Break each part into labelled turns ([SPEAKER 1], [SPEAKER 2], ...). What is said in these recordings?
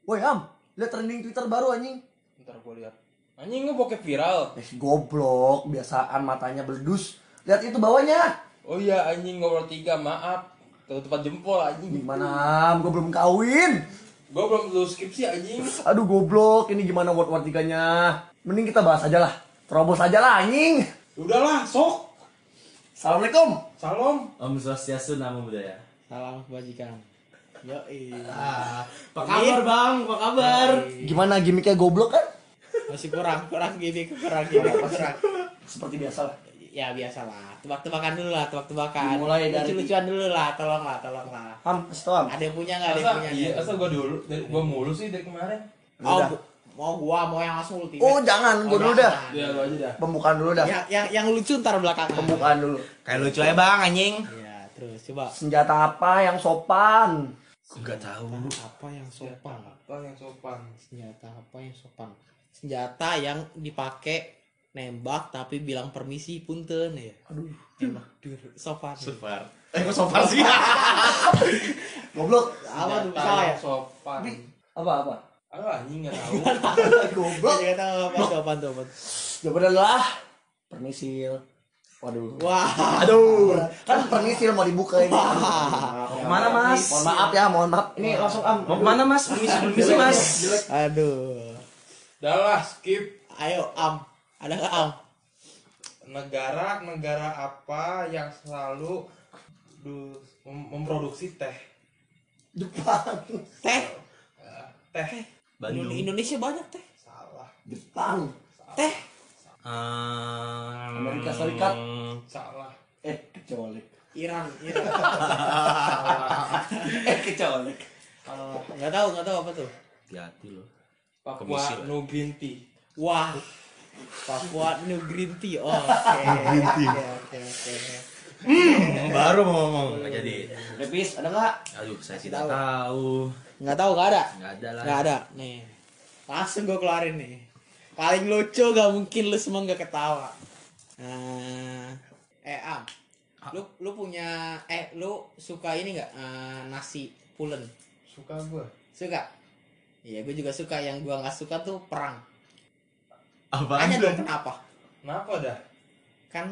[SPEAKER 1] Woi Am, lihat trending Twitter baru anjing.
[SPEAKER 2] Ntar gua lihat. Anjing gua bokep viral.
[SPEAKER 1] Goblok, biasaan matanya beledus. Lihat itu bawahnya.
[SPEAKER 2] Oh iya anjing ngobrol 3, maaf. Tempat jempol anjing.
[SPEAKER 1] Gimana Am, gue belum kawin.
[SPEAKER 2] Gua belum lulus skripsi anjing.
[SPEAKER 1] Aduh goblok, ini gimana word-word 3-nya? Mending kita bahas aja lah. Terobos aja lah anjing.
[SPEAKER 2] Udahlah, sok.
[SPEAKER 1] Assalamualaikum.
[SPEAKER 2] Salam.
[SPEAKER 3] Om Swastiastu, Namo Buddhaya.
[SPEAKER 4] Salam kebajikan. Yoi.
[SPEAKER 3] Apa kabar bang? Apa kabar?
[SPEAKER 1] Gimana gimmicknya goblok kan?
[SPEAKER 4] Masih kurang gini.
[SPEAKER 1] Seperti biasa lah.
[SPEAKER 4] Ya biasalah. Tebak-tebakan dulu lah, tebak-tebakan.
[SPEAKER 1] Mulai dari-
[SPEAKER 4] lucu-lucuan dulu lah, tolonglah.
[SPEAKER 1] Ham, kasih tau Ham.
[SPEAKER 4] Ada yang punya enggak? Ada yang punya.
[SPEAKER 2] Iya, asal gua dulu. Gua mulu sih dari kemarin.
[SPEAKER 4] Oh,
[SPEAKER 1] Udah.
[SPEAKER 4] mau yang langsung ultimate.
[SPEAKER 1] Oh jangan, gue dulu dah.
[SPEAKER 2] Ya lu aja dah.
[SPEAKER 1] Pembukaan dulu dah.
[SPEAKER 4] Yang lucu ntar belakangan.
[SPEAKER 1] Pembukaan dulu.
[SPEAKER 3] Kayak lucu aja bang anjing.
[SPEAKER 4] Iya, terus coba.
[SPEAKER 1] Senjata apa yang sopan?
[SPEAKER 3] Enggak tahu.
[SPEAKER 4] Apa yang sopan?
[SPEAKER 2] Apa yang sopan?
[SPEAKER 4] Senjata apa yang sopan? Senjata yang dipakai nembak tapi bilang permisi punten ya.
[SPEAKER 1] Aduh.
[SPEAKER 4] Nembak sopan.
[SPEAKER 3] Sufar. Kok sofar sih?
[SPEAKER 1] Goblok.
[SPEAKER 4] Apa tuh
[SPEAKER 2] Senjata
[SPEAKER 4] salah ya?
[SPEAKER 2] yang sopan.
[SPEAKER 1] Apa?
[SPEAKER 2] Aduh anjing enggak tahu.
[SPEAKER 1] Goblok.
[SPEAKER 4] Gak tahu apa sopan tuh.
[SPEAKER 1] Jawabannya adalah permisil. Waduh.
[SPEAKER 4] Wah.
[SPEAKER 3] Aduh.
[SPEAKER 1] Kan permisil mau dibuka ini.
[SPEAKER 3] Kemana mas?
[SPEAKER 1] Mohon maaf ya, mohon maaf. Ini langsung Am.
[SPEAKER 3] Mau kemana mas? Permisi mas.
[SPEAKER 1] Jelek.
[SPEAKER 4] Aduh.
[SPEAKER 2] Udahlah, skip.
[SPEAKER 4] Ayo Am. Ada nggak Am?
[SPEAKER 2] Negara apa yang selalu memproduksi teh?
[SPEAKER 1] Jepang.
[SPEAKER 4] Teh.
[SPEAKER 2] Teh.
[SPEAKER 3] Bandung.
[SPEAKER 4] Indonesia banyak teh.
[SPEAKER 2] Salah.
[SPEAKER 1] Jepang.
[SPEAKER 4] Teh.
[SPEAKER 1] Amerika Serikat.
[SPEAKER 2] Salah.
[SPEAKER 1] Kecolek.
[SPEAKER 4] Iran.
[SPEAKER 1] Kecolek.
[SPEAKER 4] Nggak tahu apa tuh.
[SPEAKER 3] Hati-hati loh.
[SPEAKER 2] Papua
[SPEAKER 3] Komisil.
[SPEAKER 2] New Green Tea.
[SPEAKER 4] Wah. Papua New Green Tea. Oke. Oke.
[SPEAKER 3] Baru mau ngomong nggak jadi.
[SPEAKER 1] Lepis, ada nggak?
[SPEAKER 3] Aduh saya tidak tahu.
[SPEAKER 4] Nggak tahu nggak ada.
[SPEAKER 3] Nggak ada lah.
[SPEAKER 4] Nggak ada. Nih. Langsung gue keluarin nih. Paling lucu gak mungkin lu semua nggak ketawa. Am. Lu punya lu suka ini nggak nasi pulen?
[SPEAKER 2] Suka gua.
[SPEAKER 4] Suka? Iya, gue juga suka. Yang gue nggak suka tuh perang.
[SPEAKER 3] Apaan
[SPEAKER 4] Tanya
[SPEAKER 3] tuh?
[SPEAKER 4] dong kenapa?
[SPEAKER 2] Kenapa dah?
[SPEAKER 4] Kan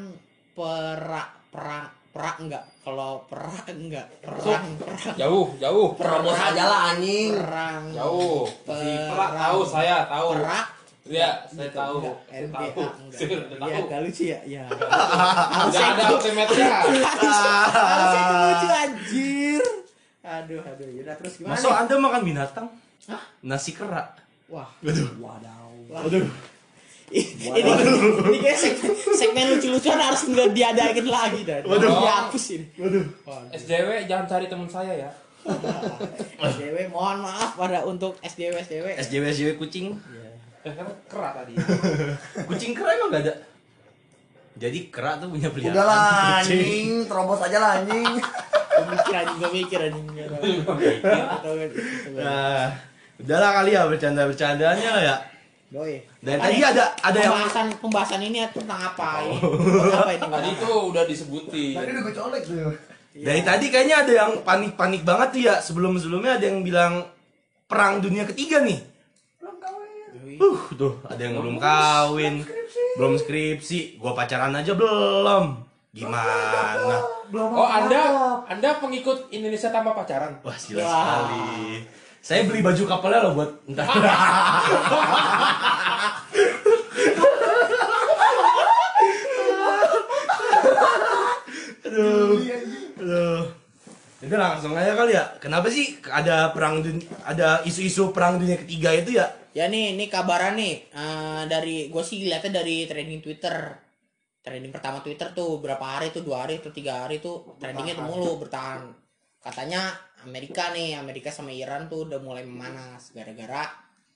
[SPEAKER 4] perak enggak. Kalau perak enggak. Perang.
[SPEAKER 2] Jauh.
[SPEAKER 1] Terobos aja lah anjing.
[SPEAKER 4] Perang.
[SPEAKER 2] Jauh. Si Pelak tahu, saya tahu.
[SPEAKER 4] Perak.
[SPEAKER 2] Iya, saya tahu.
[SPEAKER 4] Enggak.
[SPEAKER 2] Saya
[SPEAKER 4] RDA
[SPEAKER 2] tahu.
[SPEAKER 4] enggak.
[SPEAKER 2] Saya udah
[SPEAKER 4] Iya,
[SPEAKER 2] tahu.
[SPEAKER 4] enggak lucu ya? Ya.
[SPEAKER 2] Udah ada ultimate-nya.
[SPEAKER 4] Harusnya itu lucu anjir. Aduh. Yaudah terus gimana
[SPEAKER 3] Masuk
[SPEAKER 4] nih?
[SPEAKER 3] anda makan binatang?
[SPEAKER 4] Hah?
[SPEAKER 3] Nasi kerak.
[SPEAKER 4] Wah.
[SPEAKER 3] Waduh.
[SPEAKER 4] Ini kayak segmen lucu-lucuan harus nggak diadain lagi dah.
[SPEAKER 3] Waduh.
[SPEAKER 4] Dihapus ini.
[SPEAKER 2] SJW jangan cari teman saya ya.
[SPEAKER 4] SDW mohon maaf untuk SDW.
[SPEAKER 3] SJW kucing.
[SPEAKER 2] Kan kerak tadi.
[SPEAKER 3] Kucing kerak emang nggak ada. Jadi kerak tuh punya peliharaan.
[SPEAKER 1] Udah lah
[SPEAKER 3] kucing.
[SPEAKER 1] anjing, terobos aja lah anjing.
[SPEAKER 4] Gue mikir anjing.
[SPEAKER 3] Nah, udahlah kali ya bercanda-bercandanya lah ya.
[SPEAKER 4] Doi.
[SPEAKER 3] Dan tadi ada yang
[SPEAKER 4] pembahasan ini tentang apa ini? Apa ini?
[SPEAKER 2] Tadi tuh udah disebutin.
[SPEAKER 1] Tadi udah gue colek tuh.
[SPEAKER 3] dari tadi kayaknya ada yang panik-panik banget tuh ya. Sebelumnya ada yang bilang perang dunia ketiga nih. Tuh ada yang belum kawin, belum skripsi, gua pacaran aja belum. Gimana?
[SPEAKER 2] Oh, Anda pengikut Indonesia tanpa pacaran?
[SPEAKER 3] Wah, jelas sekali. Saya beli baju kapalnya loh buat entah. Aduh. Itu langsung aja kali ya. Kenapa sih ada ada isu-isu perang dunia ketiga itu ya?
[SPEAKER 4] Ya nih, ini kabaran nih dari gue sih lihatnya dari trending Twitter. Trending pertama Twitter tuh berapa hari tuh 2 hari atau 3 hari tuh trendingnya tuh mulu bertahan. Katanya Amerika sama Iran tuh udah mulai memanas gara-gara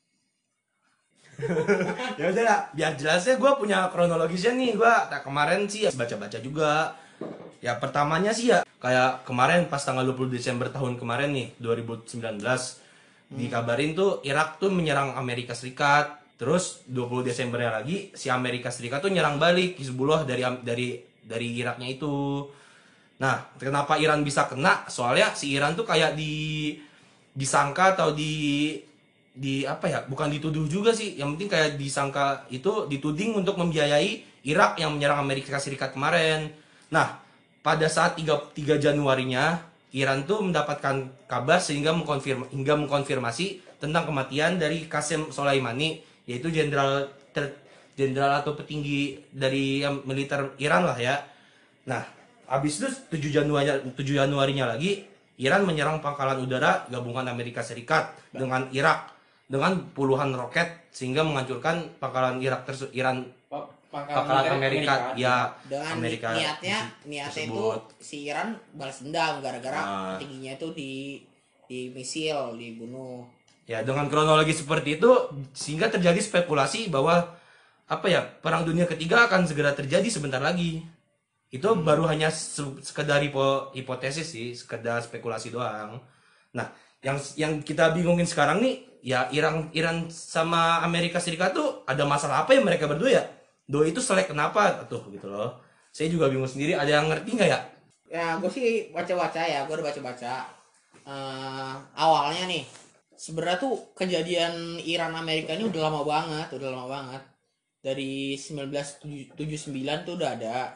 [SPEAKER 3] Ya udah lah, biar jelasnya gue punya kronologisnya nih. Gue kemarin sih ya baca-baca juga. Ya pertamanya sih ya kayak kemarin pas tanggal 20 Desember tahun kemarin nih 2019 dikabarin tuh Irak tuh menyerang Amerika Serikat. Terus 20 Desembernya lagi si Amerika Serikat tuh nyerang balik Hizbullah dari Iraknya itu. Nah, kenapa Iran bisa kena? Soalnya si Iran tuh kayak disangka atau bukan dituduh juga sih, yang penting kayak disangka itu dituding untuk membiayai Irak yang menyerang Amerika Serikat kemarin. Nah, pada saat 3 Januarinya Iran tuh mendapatkan kabar sehingga mengkonfirmasi tentang kematian dari Qasem Soleimani, yaitu jenderal atau petinggi dari militer Iran lah ya. Nah, habis itu 7 Januarinya lagi Iran menyerang pangkalan udara gabungan Amerika Serikat dengan Irak dengan puluhan roket sehingga menghancurkan pangkalan pangkalan Amerika ya.
[SPEAKER 4] Dengan
[SPEAKER 3] Amerika
[SPEAKER 4] niatnya itu
[SPEAKER 3] tersebut.
[SPEAKER 4] si Iran balas dendam gara-gara tingginya itu di misil dibunuh.
[SPEAKER 3] Ya, dengan kronologi seperti itu sehingga terjadi spekulasi bahwa Perang Dunia Ketiga akan segera terjadi sebentar lagi. Itu baru hanya sekedar hipotesis sih, sekedar spekulasi doang. Nah, yang kita bingungin sekarang nih, ya Iran sama Amerika Serikat tuh ada masalah apa ya mereka berdua ya? Doi itu selek kenapa tuh gitu loh. Saya juga bingung sendiri, ada yang ngerti nggak ya?
[SPEAKER 4] Ya, gue sih baca-baca ya, gue udah baca-baca. Awalnya nih, sebenarnya tuh kejadian Iran Amerika ini udah lama banget. Dari 1979 tuh udah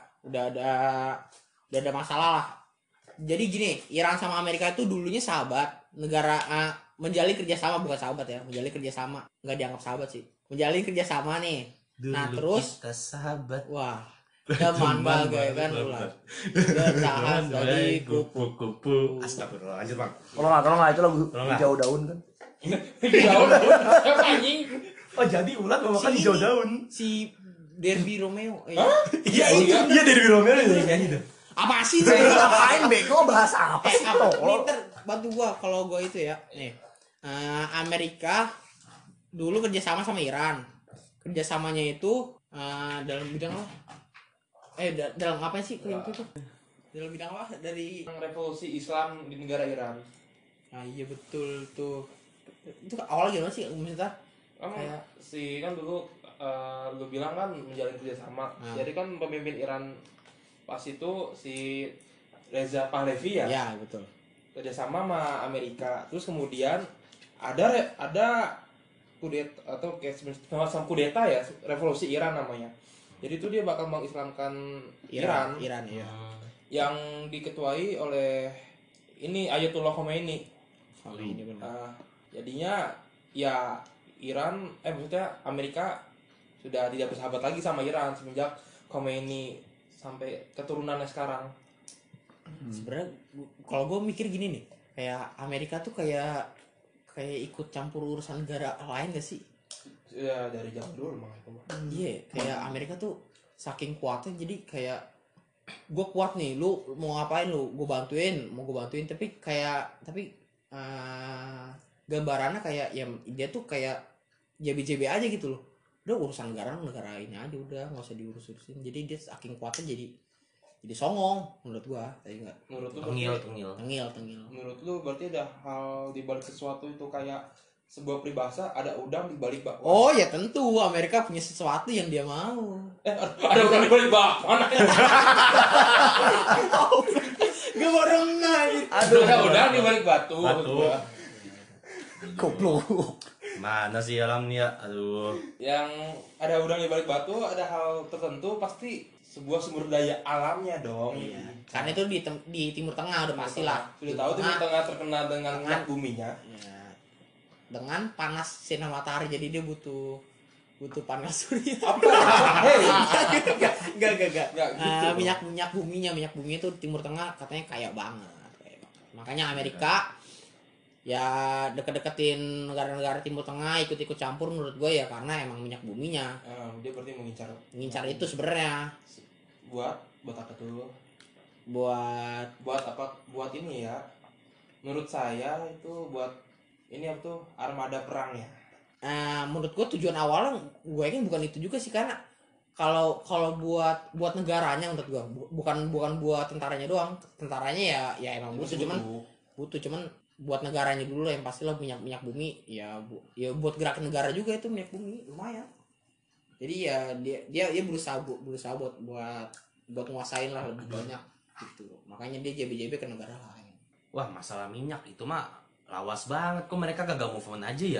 [SPEAKER 4] ada masalah lah. Jadi gini, Iran sama Amerika itu dulunya sahabat, negara menjalin kerjasama, bukan sahabat ya, menjalin kerjasama, nggak dianggap sahabat sih, menjalin kerjasama nih.
[SPEAKER 3] Dulu
[SPEAKER 4] Nah terus,
[SPEAKER 3] kita sahabat.
[SPEAKER 4] wah, zaman bagaikan ular, bertahan dari
[SPEAKER 3] kupu-kupu. Astagfirullah, lanjut bang.
[SPEAKER 1] Tolong lah, itu lagu
[SPEAKER 3] Tolong lah.
[SPEAKER 1] hijau daun kan.
[SPEAKER 2] Jauh dah. Siapa anjing?
[SPEAKER 3] Oh jadi ulat memakan hijau daun.
[SPEAKER 4] si Derby Romeo.
[SPEAKER 3] Iya dari Romeo dari nyanyi tuh.
[SPEAKER 4] Apa sih?
[SPEAKER 1] Ngapain bego bahasa apa sih
[SPEAKER 4] apa?
[SPEAKER 1] tolong?
[SPEAKER 4] Ntar bantu gua kalau gua itu ya. Nih, Amerika dulu kerjasama sama Iran. Kerjasamanya itu dalam bidang apa? Dalam apa sih itu tuh? Dalam bidang apa? Dari
[SPEAKER 2] Revolusi Islam di negara Iran.
[SPEAKER 4] iya betul tuh. Itu awalnya gimana sih maksudnya? Kayak
[SPEAKER 2] Kan dulu lu bilang kan menjalin kerjasama. Jadi kan pemimpin Iran pas itu si Reza Pahlavi ya.
[SPEAKER 4] Ya, betul.
[SPEAKER 2] Kerjasama sama Amerika. Terus kemudian ada kudeta atau kayak semacam kudeta ya, revolusi Iran namanya. Jadi itu dia bakal mengislamkan Iran
[SPEAKER 4] ya.
[SPEAKER 2] yang diketuai oleh ini Ayatullah Khomeini.
[SPEAKER 4] Oh, ini benar.
[SPEAKER 2] Jadinya ya maksudnya Amerika sudah tidak bersahabat lagi sama Iran semenjak Khomeini sampai keturunannya sekarang.
[SPEAKER 4] Sebenarnya kalau gue mikir gini nih, kayak Amerika tuh kayak ikut campur urusan negara lain gak sih?
[SPEAKER 2] Ya dari zaman dulu mah itu mah.
[SPEAKER 4] Iya, kayak Amerika tuh saking kuatnya jadi kayak gue kuat nih, lu mau ngapain gue bantuin tapi gambarannya kayak ya dia tuh kayak JB aja gitu loh. Udah urusan negara ini aja udah nggak usah diurus-urusin. Jadi dia saking kuatnya jadi songong menurut gua. Tadi enggak.
[SPEAKER 2] Menurut lu
[SPEAKER 4] Tengil.
[SPEAKER 2] Menurut lu berarti ada hal di balik sesuatu itu kayak sebuah peribahasa ada udang di balik bakwan.
[SPEAKER 4] Oh ya tentu Amerika punya sesuatu yang dia mau.
[SPEAKER 2] Ada udang di balik bakwan.
[SPEAKER 4] Gue baru nggak gitu.
[SPEAKER 2] Ada udang di balik batu.
[SPEAKER 1] Goblok.
[SPEAKER 3] Mana sih alam nih ya? Aduh.
[SPEAKER 2] Yang ada udang di balik batu, ada hal tertentu pasti sebuah sumber daya alamnya dong.
[SPEAKER 4] Iya. Karena itu di Timur Tengah udah pasti lah.
[SPEAKER 2] Sudah tahu Timur Tengah terkenal dengan minyak buminya.
[SPEAKER 4] Ya, dengan panas sinar matahari jadi dia butuh panas surya.
[SPEAKER 2] Apa? Hei,
[SPEAKER 4] Enggak.
[SPEAKER 2] gitu.
[SPEAKER 4] Minyak buminya itu Timur Tengah katanya kaya banget. Makanya Amerika ya deket-deketin negara-negara Timur Tengah ikut-ikut campur menurut gue ya karena emang minyak buminya.
[SPEAKER 2] Dia berarti
[SPEAKER 4] Mengincar itu sebenarnya
[SPEAKER 2] buat apa tuh?
[SPEAKER 4] buat
[SPEAKER 2] apa? Buat ini ya. Menurut saya itu buat ini apa tuh? Armada perang ya.
[SPEAKER 4] Menurut gue tujuan awalnya gue yakin bukan itu juga sih karena kalau buat negaranya menurut gue bukan buat tentaranya doang. Tentaranya ya emang butuh cuman buat negaranya dulu yang pasti lah minyak bumi ya buat gerakan negara juga itu minyak bumi lumayan. Jadi ya dia berusaha buat nguasain lah lebih banyak gitu. Makanya dia JB ke negara lain.
[SPEAKER 3] Wah, masalah minyak itu mah lawas banget. Kok mereka kagak move on aja ya?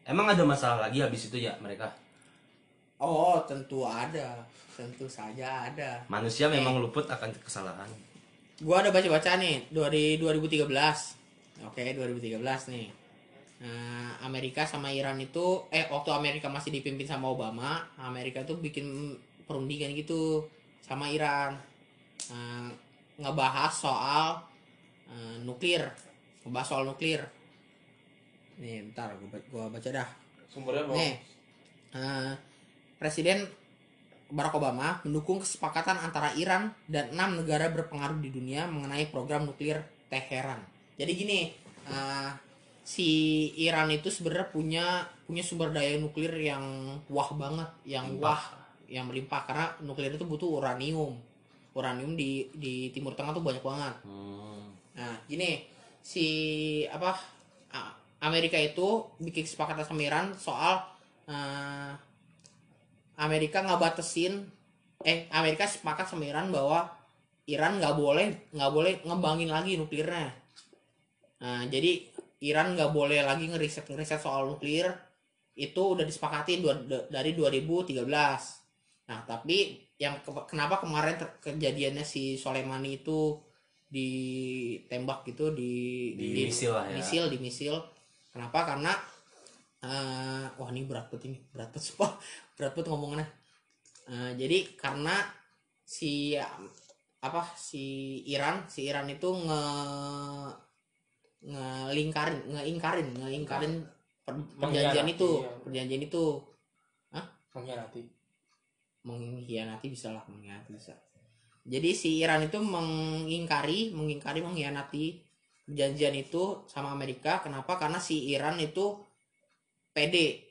[SPEAKER 3] Emang ada masalah lagi habis itu ya mereka?
[SPEAKER 4] Oh, tentu ada. Tentu saja ada.
[SPEAKER 3] Manusia memang luput akan kesalahan.
[SPEAKER 4] Gua ada baca-baca nih dari 2013. Oke, 2013 nih. Nah, Amerika sama Iran itu waktu Amerika masih dipimpin sama Obama, Amerika tuh bikin perundingan gitu sama Iran. Ngebahas soal nuklir. Ngebahas soal nuklir. Nih, bentar gua baca dah.
[SPEAKER 2] Sumbernya bang.
[SPEAKER 4] Nih. Presiden Barack Obama mendukung kesepakatan antara Iran dan 6 negara berpengaruh di dunia mengenai program nuklir Teheran. Jadi gini, si Iran itu sebenarnya punya sumber daya nuklir yang wah banget, yang melimpah karena nuklir itu butuh uranium. Uranium di Timur Tengah tuh banyak banget. Nah, gini, Amerika itu bikin kesepakatan sama Iran soal Amerika sepakat sama Iran bahwa Iran nggak boleh ngembangin lagi nuklirnya. Nah, jadi Iran nggak boleh lagi ngeriset soal nuklir. Itu udah disepakatin dari 2013. Nah, tapi kenapa kemarin kejadiannya si Soleimani itu ditembak gitu di
[SPEAKER 3] misil lah ya.
[SPEAKER 4] Di misil. Kenapa? Karena wah ini berat banget ngomongannya. Jadi karena si Iran itu ngeingkarin perjanjian itu. Perjanjian itu mengkhianati bisa. Jadi si Iran itu mengkhianati perjanjian itu sama Amerika. Kenapa? Karena si Iran itu pede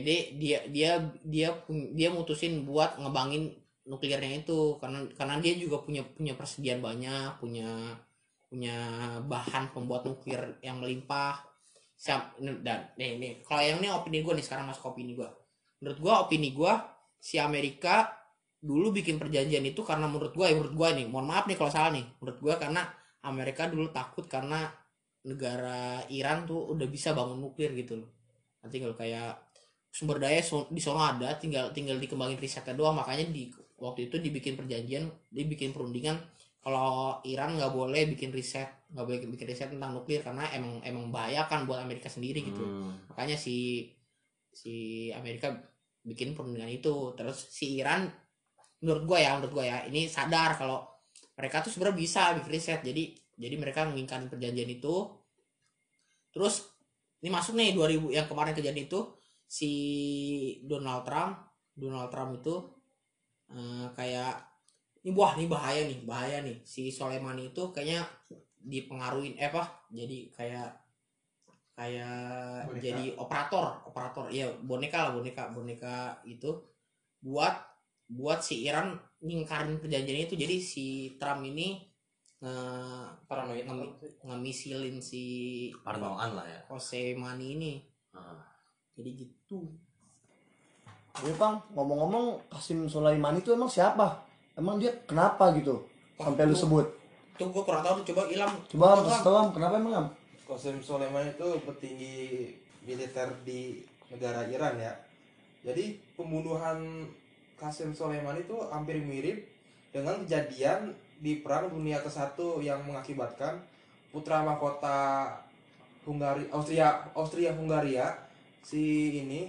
[SPEAKER 4] dia mutusin buat ngebangin nuklirnya itu karena dia juga punya persediaan banyak, punya bahan pembuat nuklir yang melimpah. Dan nih kalau yang ini opini gue nih, sekarang masuk opini gue. Menurut gue opini gue, si Amerika dulu bikin perjanjian itu karena menurut gue nih, mohon maaf nih kalau salah nih, menurut gue karena Amerika dulu takut karena negara Iran tuh udah bisa bangun nuklir gitu loh. Nanti kalau kayak sumber daya di sono ada, tinggal dikembangin risetnya doang. Makanya waktu itu dibikin perundingan kalau Iran nggak boleh bikin riset tentang nuklir karena emang bahaya kan buat Amerika sendiri gitu. Makanya si Amerika bikin perundingan itu. Terus si Iran menurut gue ya ini sadar kalau mereka tuh sebenarnya bisa bikin riset, jadi mereka mengingkarin perjanjian itu. Terus ini masuk nih 2000 yang kemarin kejadian itu, si Donald Trump itu kayak ini bahaya nih si Soleimani itu kayaknya dipengaruhin jadi kayak boneka. Jadi operator ya boneka itu buat si Iran ngingkarin perjanjian itu. Jadi si Trump ini
[SPEAKER 2] paranoid
[SPEAKER 4] ngemisilin si
[SPEAKER 3] Parnoan lah ya.
[SPEAKER 4] Soleimani ini. Jadi gitu.
[SPEAKER 1] Tapi Bang, ngomong-ngomong Qasim Sulaiman itu emang siapa? Emang dia kenapa gitu? Sampai lu sebut.
[SPEAKER 4] Tuh gue kurang tahu, coba Ilham.
[SPEAKER 1] Coba kasih tahu Am, kenapa emang Am?
[SPEAKER 2] Qasim Soleimani itu petinggi militer di negara Iran ya. Jadi pembunuhan Qasim Soleimani itu hampir mirip dengan kejadian di Perang Dunia ke-1 yang mengakibatkan putra mahkota Austria Hungaria si ini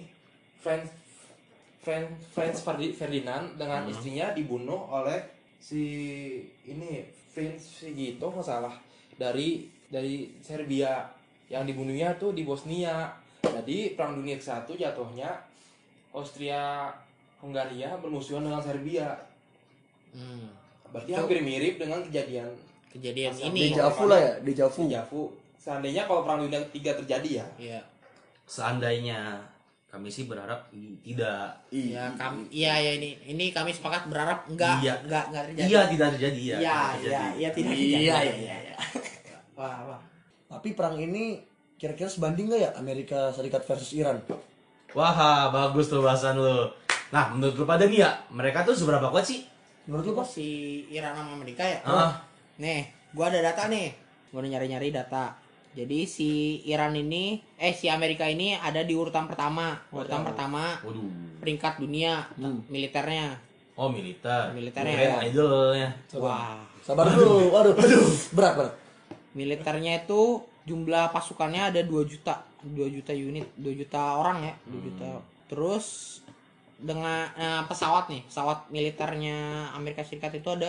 [SPEAKER 2] Franz Ferdinand dengan istrinya dibunuh oleh si ini Prince gitu nggak salah dari Serbia. Yang dibunuhnya tuh di Bosnia. Jadi Perang Dunia ke-1 jatuhnya Austria Hungaria bermusuhan dengan Serbia. Berarti hampir mirip dengan kejadian
[SPEAKER 4] ini.
[SPEAKER 1] Dejavu lah ya, dejavu.
[SPEAKER 2] Seandainya kalau Perang Dunia ketiga terjadi ya.
[SPEAKER 4] Iya.
[SPEAKER 3] Seandainya kami sih berharap tidak.
[SPEAKER 4] Iya, ini kami sepakat berharap enggak terjadi.
[SPEAKER 3] Iya, tidak terjadi ya.
[SPEAKER 4] Iya, tidak terjadi. Iya. Wah.
[SPEAKER 1] Tapi perang ini kira-kira sebanding gak ya Amerika Serikat versus Iran?
[SPEAKER 3] Wah, bagus tuh bahasan lu. Nah, menurut lu pada nih ya, mereka tuh seberapa kuat sih?
[SPEAKER 1] Menurut lu Pak?
[SPEAKER 4] Si Iran sama Amerika ya?
[SPEAKER 3] Ah.
[SPEAKER 4] Nih, gua ada data nih. Gua udah nyari-nyari data. Jadi si si Amerika ini ada di urutan pertama
[SPEAKER 3] Waduh.
[SPEAKER 4] peringkat dunia militernya.
[SPEAKER 3] Oh, militernya.
[SPEAKER 4] Militernya.
[SPEAKER 3] Idolnya.
[SPEAKER 4] Wah,
[SPEAKER 1] Sabar dulu. Waduh. Berat.
[SPEAKER 4] militernya itu jumlah pasukannya ada 2 juta unit, 2 juta orang ya, 2 juta. Terus dengan pesawat militernya Amerika Serikat itu ada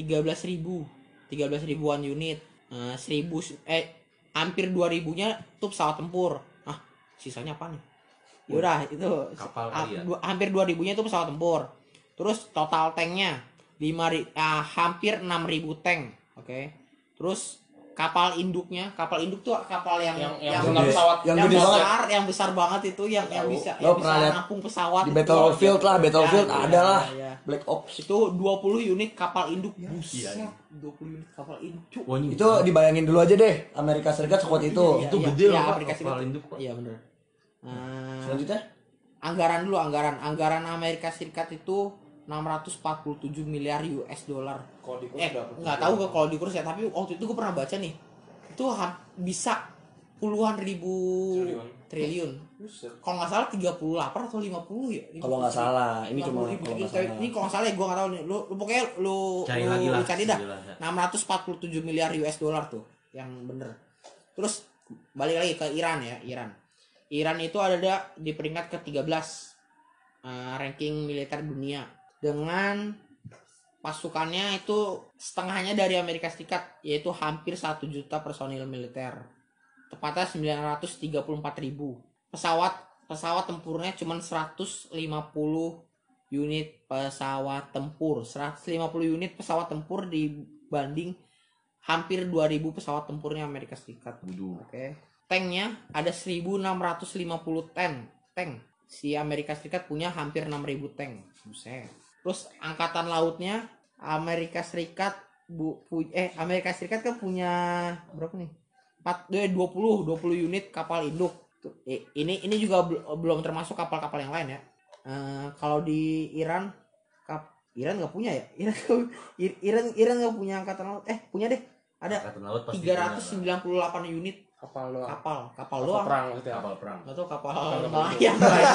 [SPEAKER 4] 13.000-an unit. 1.000 hampir 2.000-nya itu pesawat tempur. Sisanya apa nih? Yaudah itu
[SPEAKER 3] Kapal kali ya?
[SPEAKER 4] hampir 2.000-nya itu pesawat tempur. Terus total tanknya hampir 6.000 tank. Oke. Terus kapal induk tuh kapal yang
[SPEAKER 2] pesawat
[SPEAKER 1] yang gede banget.
[SPEAKER 4] yang besar banget itu yang bisa
[SPEAKER 1] Lo pernah lihat
[SPEAKER 4] nampung pesawat
[SPEAKER 1] di
[SPEAKER 4] itu.
[SPEAKER 1] Battlefield
[SPEAKER 4] Ya,
[SPEAKER 1] ada lah.
[SPEAKER 4] ya.
[SPEAKER 1] Black Ops.
[SPEAKER 4] Itu 20 unit kapal induk.
[SPEAKER 3] Iya.
[SPEAKER 4] 20 unit kapal induk. Cuk.
[SPEAKER 3] Wah, ini
[SPEAKER 1] Itu dibayangin dulu aja deh, Amerika Serikat sekuat itu.
[SPEAKER 3] Itu
[SPEAKER 4] Iya,
[SPEAKER 3] gede
[SPEAKER 4] iya,
[SPEAKER 3] loh, Pak,
[SPEAKER 4] Amerika
[SPEAKER 3] kapal
[SPEAKER 4] Serikat.
[SPEAKER 3] induk, Pak.
[SPEAKER 4] Iya bener.
[SPEAKER 1] Selanjutnya
[SPEAKER 4] Anggaran Amerika Serikat itu 647 miliar US dollar.
[SPEAKER 2] Kalau di kurs berapa?
[SPEAKER 4] Nggak tahu gue kalau di kurs ya, tapi waktu itu gue pernah baca nih, itu bisa puluhan ribu triliun.
[SPEAKER 2] Buset.
[SPEAKER 4] Kalau nggak salah 38 atau 50 ya.
[SPEAKER 1] kalau nggak salah, ini
[SPEAKER 4] 50
[SPEAKER 1] cuma
[SPEAKER 4] ribu
[SPEAKER 1] kalau nggak
[SPEAKER 4] triliun.
[SPEAKER 1] salah.
[SPEAKER 4] Ini kalau nggak salah ya gue nggak tahu nih. Lu pokoknya lu cari dah.
[SPEAKER 3] Jelas, ya.
[SPEAKER 4] 647 miliar US dollar tuh yang bener. Terus balik lagi ke Iran ya, Iran itu ada di peringkat ke-13 ranking militer dunia dengan pasukannya itu setengahnya dari Amerika Serikat, yaitu hampir 1 juta personil militer. Tepatnya 934.000. Pesawat tempurnya cuma 150 unit pesawat tempur. 150 unit pesawat tempur dibanding hampir 2.000 pesawat tempurnya Amerika Serikat.
[SPEAKER 3] Waduh.
[SPEAKER 4] Oke. Tanknya ada 1.650 tank. Si Amerika Serikat punya hampir 6.000 tank. Buset. Terus angkatan lautnya Amerika Serikat Amerika Serikat kan punya berapa nih? 20 unit kapal induk. Ini juga belum termasuk kapal-kapal yang lain ya. Kalau di Iran nggak punya ya? Iran nggak punya angkatan laut. Punya deh. Ada
[SPEAKER 3] Angkatan laut pasti
[SPEAKER 4] 398 unit
[SPEAKER 2] Kapal doang.
[SPEAKER 4] kapal doang.
[SPEAKER 2] Perang maksudnya.
[SPEAKER 3] kapal perang.
[SPEAKER 4] Atau kapal nelayan.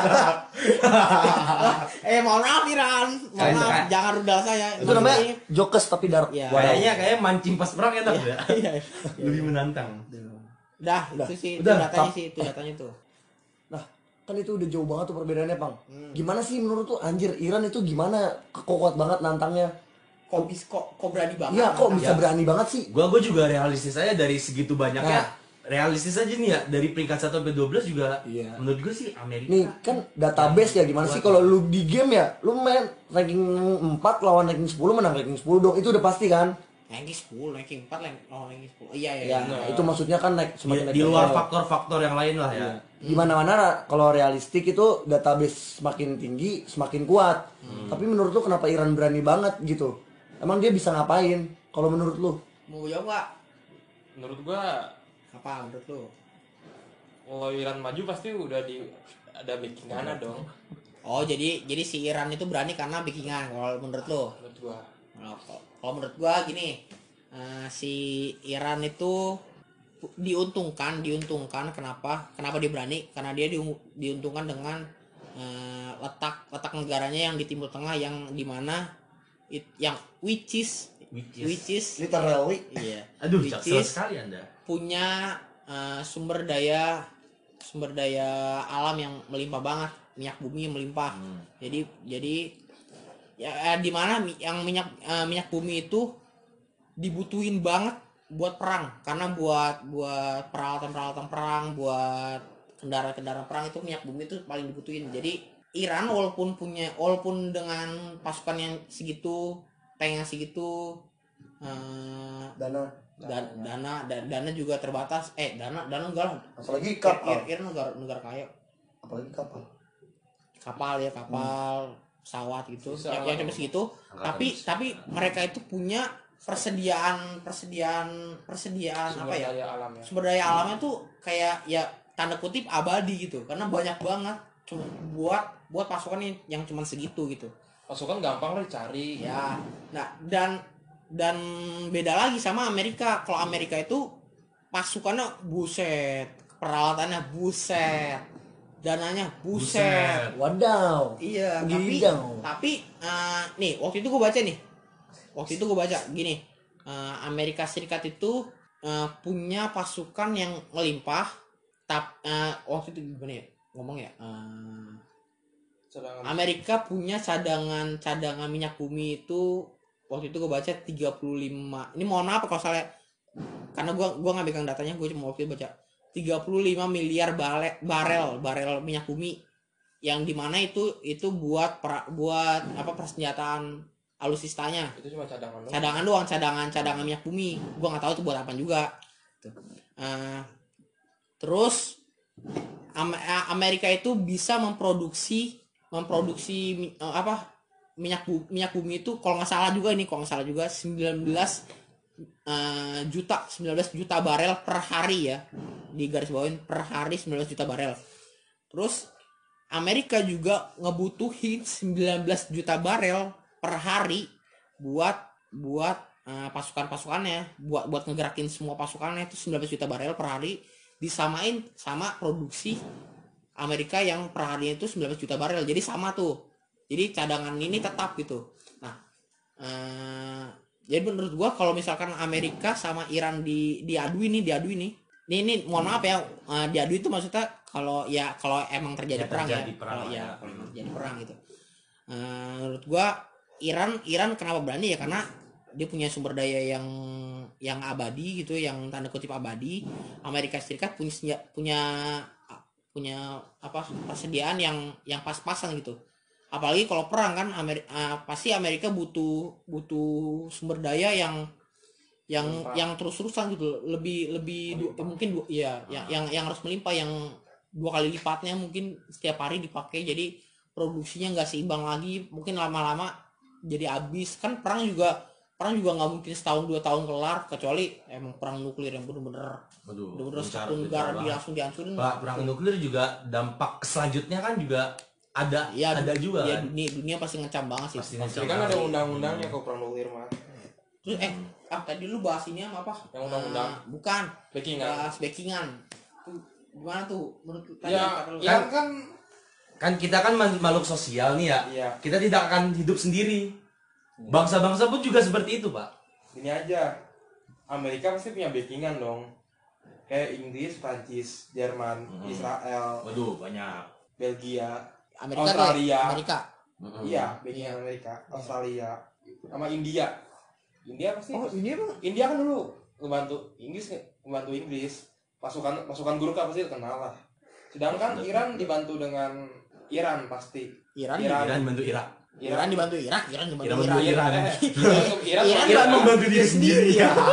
[SPEAKER 4] Mohon maaf Iran. Mohon maaf, jangan rudal saya.
[SPEAKER 1] Itu namanya jokes tapi dark.
[SPEAKER 4] Ya.
[SPEAKER 3] Kayaknya mancing pas perang enak ya.
[SPEAKER 4] Iya.
[SPEAKER 3] Lebih menantang.
[SPEAKER 4] Udah, itu sih itu
[SPEAKER 1] Udah,
[SPEAKER 4] datanya sih, itu datanya tuh.
[SPEAKER 1] Nah, kan itu udah jauh banget tuh perbedaannya, Pang. Gimana sih menurut tuh anjir Iran itu gimana kuat banget nantangnya?
[SPEAKER 4] Kok berani banget?
[SPEAKER 1] Iya, kok bisa
[SPEAKER 3] Ya.
[SPEAKER 1] berani banget sih?
[SPEAKER 3] Gua juga realistis aja dari segitu banyaknya.
[SPEAKER 1] Nah.
[SPEAKER 3] Realistis aja nih ya, dari peringkat 1 sampai 12 juga.
[SPEAKER 1] Iya.
[SPEAKER 3] Menurut gua sih Amerika.
[SPEAKER 1] Nih, kan database ya gimana sih kalau lu di game ya, lu main ranking 4 lawan ranking 10 menang ranking 10 dong. Itu udah pasti kan?
[SPEAKER 4] Ranking 10, ranking 4, ranking 10. Iya.
[SPEAKER 1] Ya, itu maksudnya kan naik semakin naik
[SPEAKER 3] Di luar
[SPEAKER 1] level.
[SPEAKER 3] faktor-faktor yang lain lah ya.
[SPEAKER 1] Di mana-mana kalau realistik itu database semakin tinggi, semakin kuat. Tapi menurut lu kenapa Iran berani banget gitu? Emang dia bisa ngapain? Kalau menurut lu?
[SPEAKER 4] Mau jawab nggak?
[SPEAKER 2] Menurut gua
[SPEAKER 4] Apa menurut lu?
[SPEAKER 2] kalau Iran maju pasti udah ada backingan dong.
[SPEAKER 4] Oh, jadi si Iran itu berani karena backingan kalau menurut lu?
[SPEAKER 2] Menurut gua.
[SPEAKER 4] Kalau menurut gua gini, si Iran itu diuntungkan kenapa dia berani? Karena dia diuntungkan dengan letak negaranya yang di Timur Tengah, yang dimana which is
[SPEAKER 1] Literally.
[SPEAKER 4] iya,
[SPEAKER 3] Aduh,
[SPEAKER 4] which
[SPEAKER 3] jaksel
[SPEAKER 4] is
[SPEAKER 3] sekali Anda.
[SPEAKER 4] punya sumber daya alam yang melimpah banget, minyak bumi yang melimpah. Jadi ya di mana yang minyak bumi itu dibutuhin banget buat perang, karena buat peralatan perang, buat kendaraan perang itu minyak bumi itu paling dibutuhin. Jadi Iran walaupun dengan pasukan yang segitu, tank yang segitu, dana juga terbatas. Dana enggak lah.
[SPEAKER 1] Apalagi kapal.
[SPEAKER 4] Iran negara kaya.
[SPEAKER 1] Apalagi kapal.
[SPEAKER 4] Kapal, pesawat gitu.
[SPEAKER 2] Bisa
[SPEAKER 4] yang cuma segitu. Tapi mereka itu punya persediaan
[SPEAKER 2] Sumber
[SPEAKER 4] apa ya?
[SPEAKER 2] daya alam ya.
[SPEAKER 4] Sumber daya alamnya tuh kayak ya tanda kutip abadi gitu. Karena banyak banget cuma buat pasukan yang cuma segitu gitu.
[SPEAKER 2] Pasukan gampang lah dicari.
[SPEAKER 4] Ya. Nah, dan beda lagi sama Amerika. Kalau Amerika itu pasukannya buset, peralatannya buset, dananya buset.
[SPEAKER 1] Wadaw.
[SPEAKER 4] Iya,
[SPEAKER 1] Gidang.
[SPEAKER 4] tapi nih waktu itu gue baca gini, Amerika Serikat itu punya pasukan yang melimpah, waktu itu gimana ya ngomong ya, Amerika punya cadangan minyak bumi itu waktu itu gue baca 35, ini mohon maaf kalau salah karena gue nggak pegang datanya, gue cuma waktu itu baca 35 miliar barel minyak bumi, yang dimana itu buat persenjataan alusistanya.
[SPEAKER 2] Itu cuma cadangan
[SPEAKER 4] Cadangan minyak bumi, gue nggak tahu itu buat apa juga. Terus Amerika itu bisa memproduksi minyak bumi itu kalau nggak salah juga 19 juta barel per hari ya, di garis bawain per hari 19 juta barel. Terus Amerika juga ngebutuhin 19 juta barel per hari buat pasukannya, buat ngegerakin semua pasukannya itu 19 juta barel per hari, disamain sama produksi Amerika yang per harinya itu 19 juta barel, jadi sama tuh, jadi cadangan ini tetap gitu. Nah jadi menurut gua kalau misalkan Amerika sama Iran diadu ini mohon maaf ya, diadu itu maksudnya kalau emang terjadi perang ya, kalau terjadi perang gitu. Menurut gua Iran kenapa berani ya, karena dia punya sumber daya yang abadi gitu, yang tanda kutip abadi. Amerika Serikat punya persediaan yang pas-pasan gitu. Apalagi kalau perang kan pasti Amerika butuh sumber daya yang terus-terusan gitu, mungkin yang harus melimpah, yang 2 kali lipatnya mungkin setiap hari dipakai, jadi produksinya nggak seimbang lagi, mungkin lama-lama jadi habis. Kan perang juga nggak mungkin setahun 2 tahun kelar, kecuali emang perang nuklir yang bener-bener satu negara langsung dihancurin.
[SPEAKER 3] Perang nuklir juga dampak selanjutnya kan juga ada juga
[SPEAKER 4] ya,
[SPEAKER 3] kan.
[SPEAKER 4] dunia pasti ngecam banget sih.
[SPEAKER 2] Pasti kan ada undang-undangnya kalau perang nuklir mah.
[SPEAKER 4] Terus tadi lu bahas ini apa?
[SPEAKER 2] Yang undang-undang.
[SPEAKER 4] Bukan.
[SPEAKER 2] Backingan.
[SPEAKER 4] Gimana tuh menurut
[SPEAKER 2] ya
[SPEAKER 3] kan kita kan makhluk sosial nih ya.
[SPEAKER 2] Iya.
[SPEAKER 3] Kita tidak akan hidup sendiri. Bangsa-bangsa pun juga seperti itu, Pak.
[SPEAKER 2] Ini aja, Amerika pasti punya backingan dong, kayak Inggris, Prancis, Jerman, Israel,
[SPEAKER 3] Waduh, banyak.
[SPEAKER 2] Belgia,
[SPEAKER 4] Amerika.
[SPEAKER 2] Iya, backingan Amerika, Australia, sama India pasti. India kan dulu ngebantu Inggris, pasukan Gurkha pasti terkenal lah. Sedangkan Iran dibantu dengan Iran pasti.
[SPEAKER 3] Iran bantu Irak.
[SPEAKER 4] Iran dibantu Irak.
[SPEAKER 3] Iran
[SPEAKER 2] membantu
[SPEAKER 3] diri sendiri.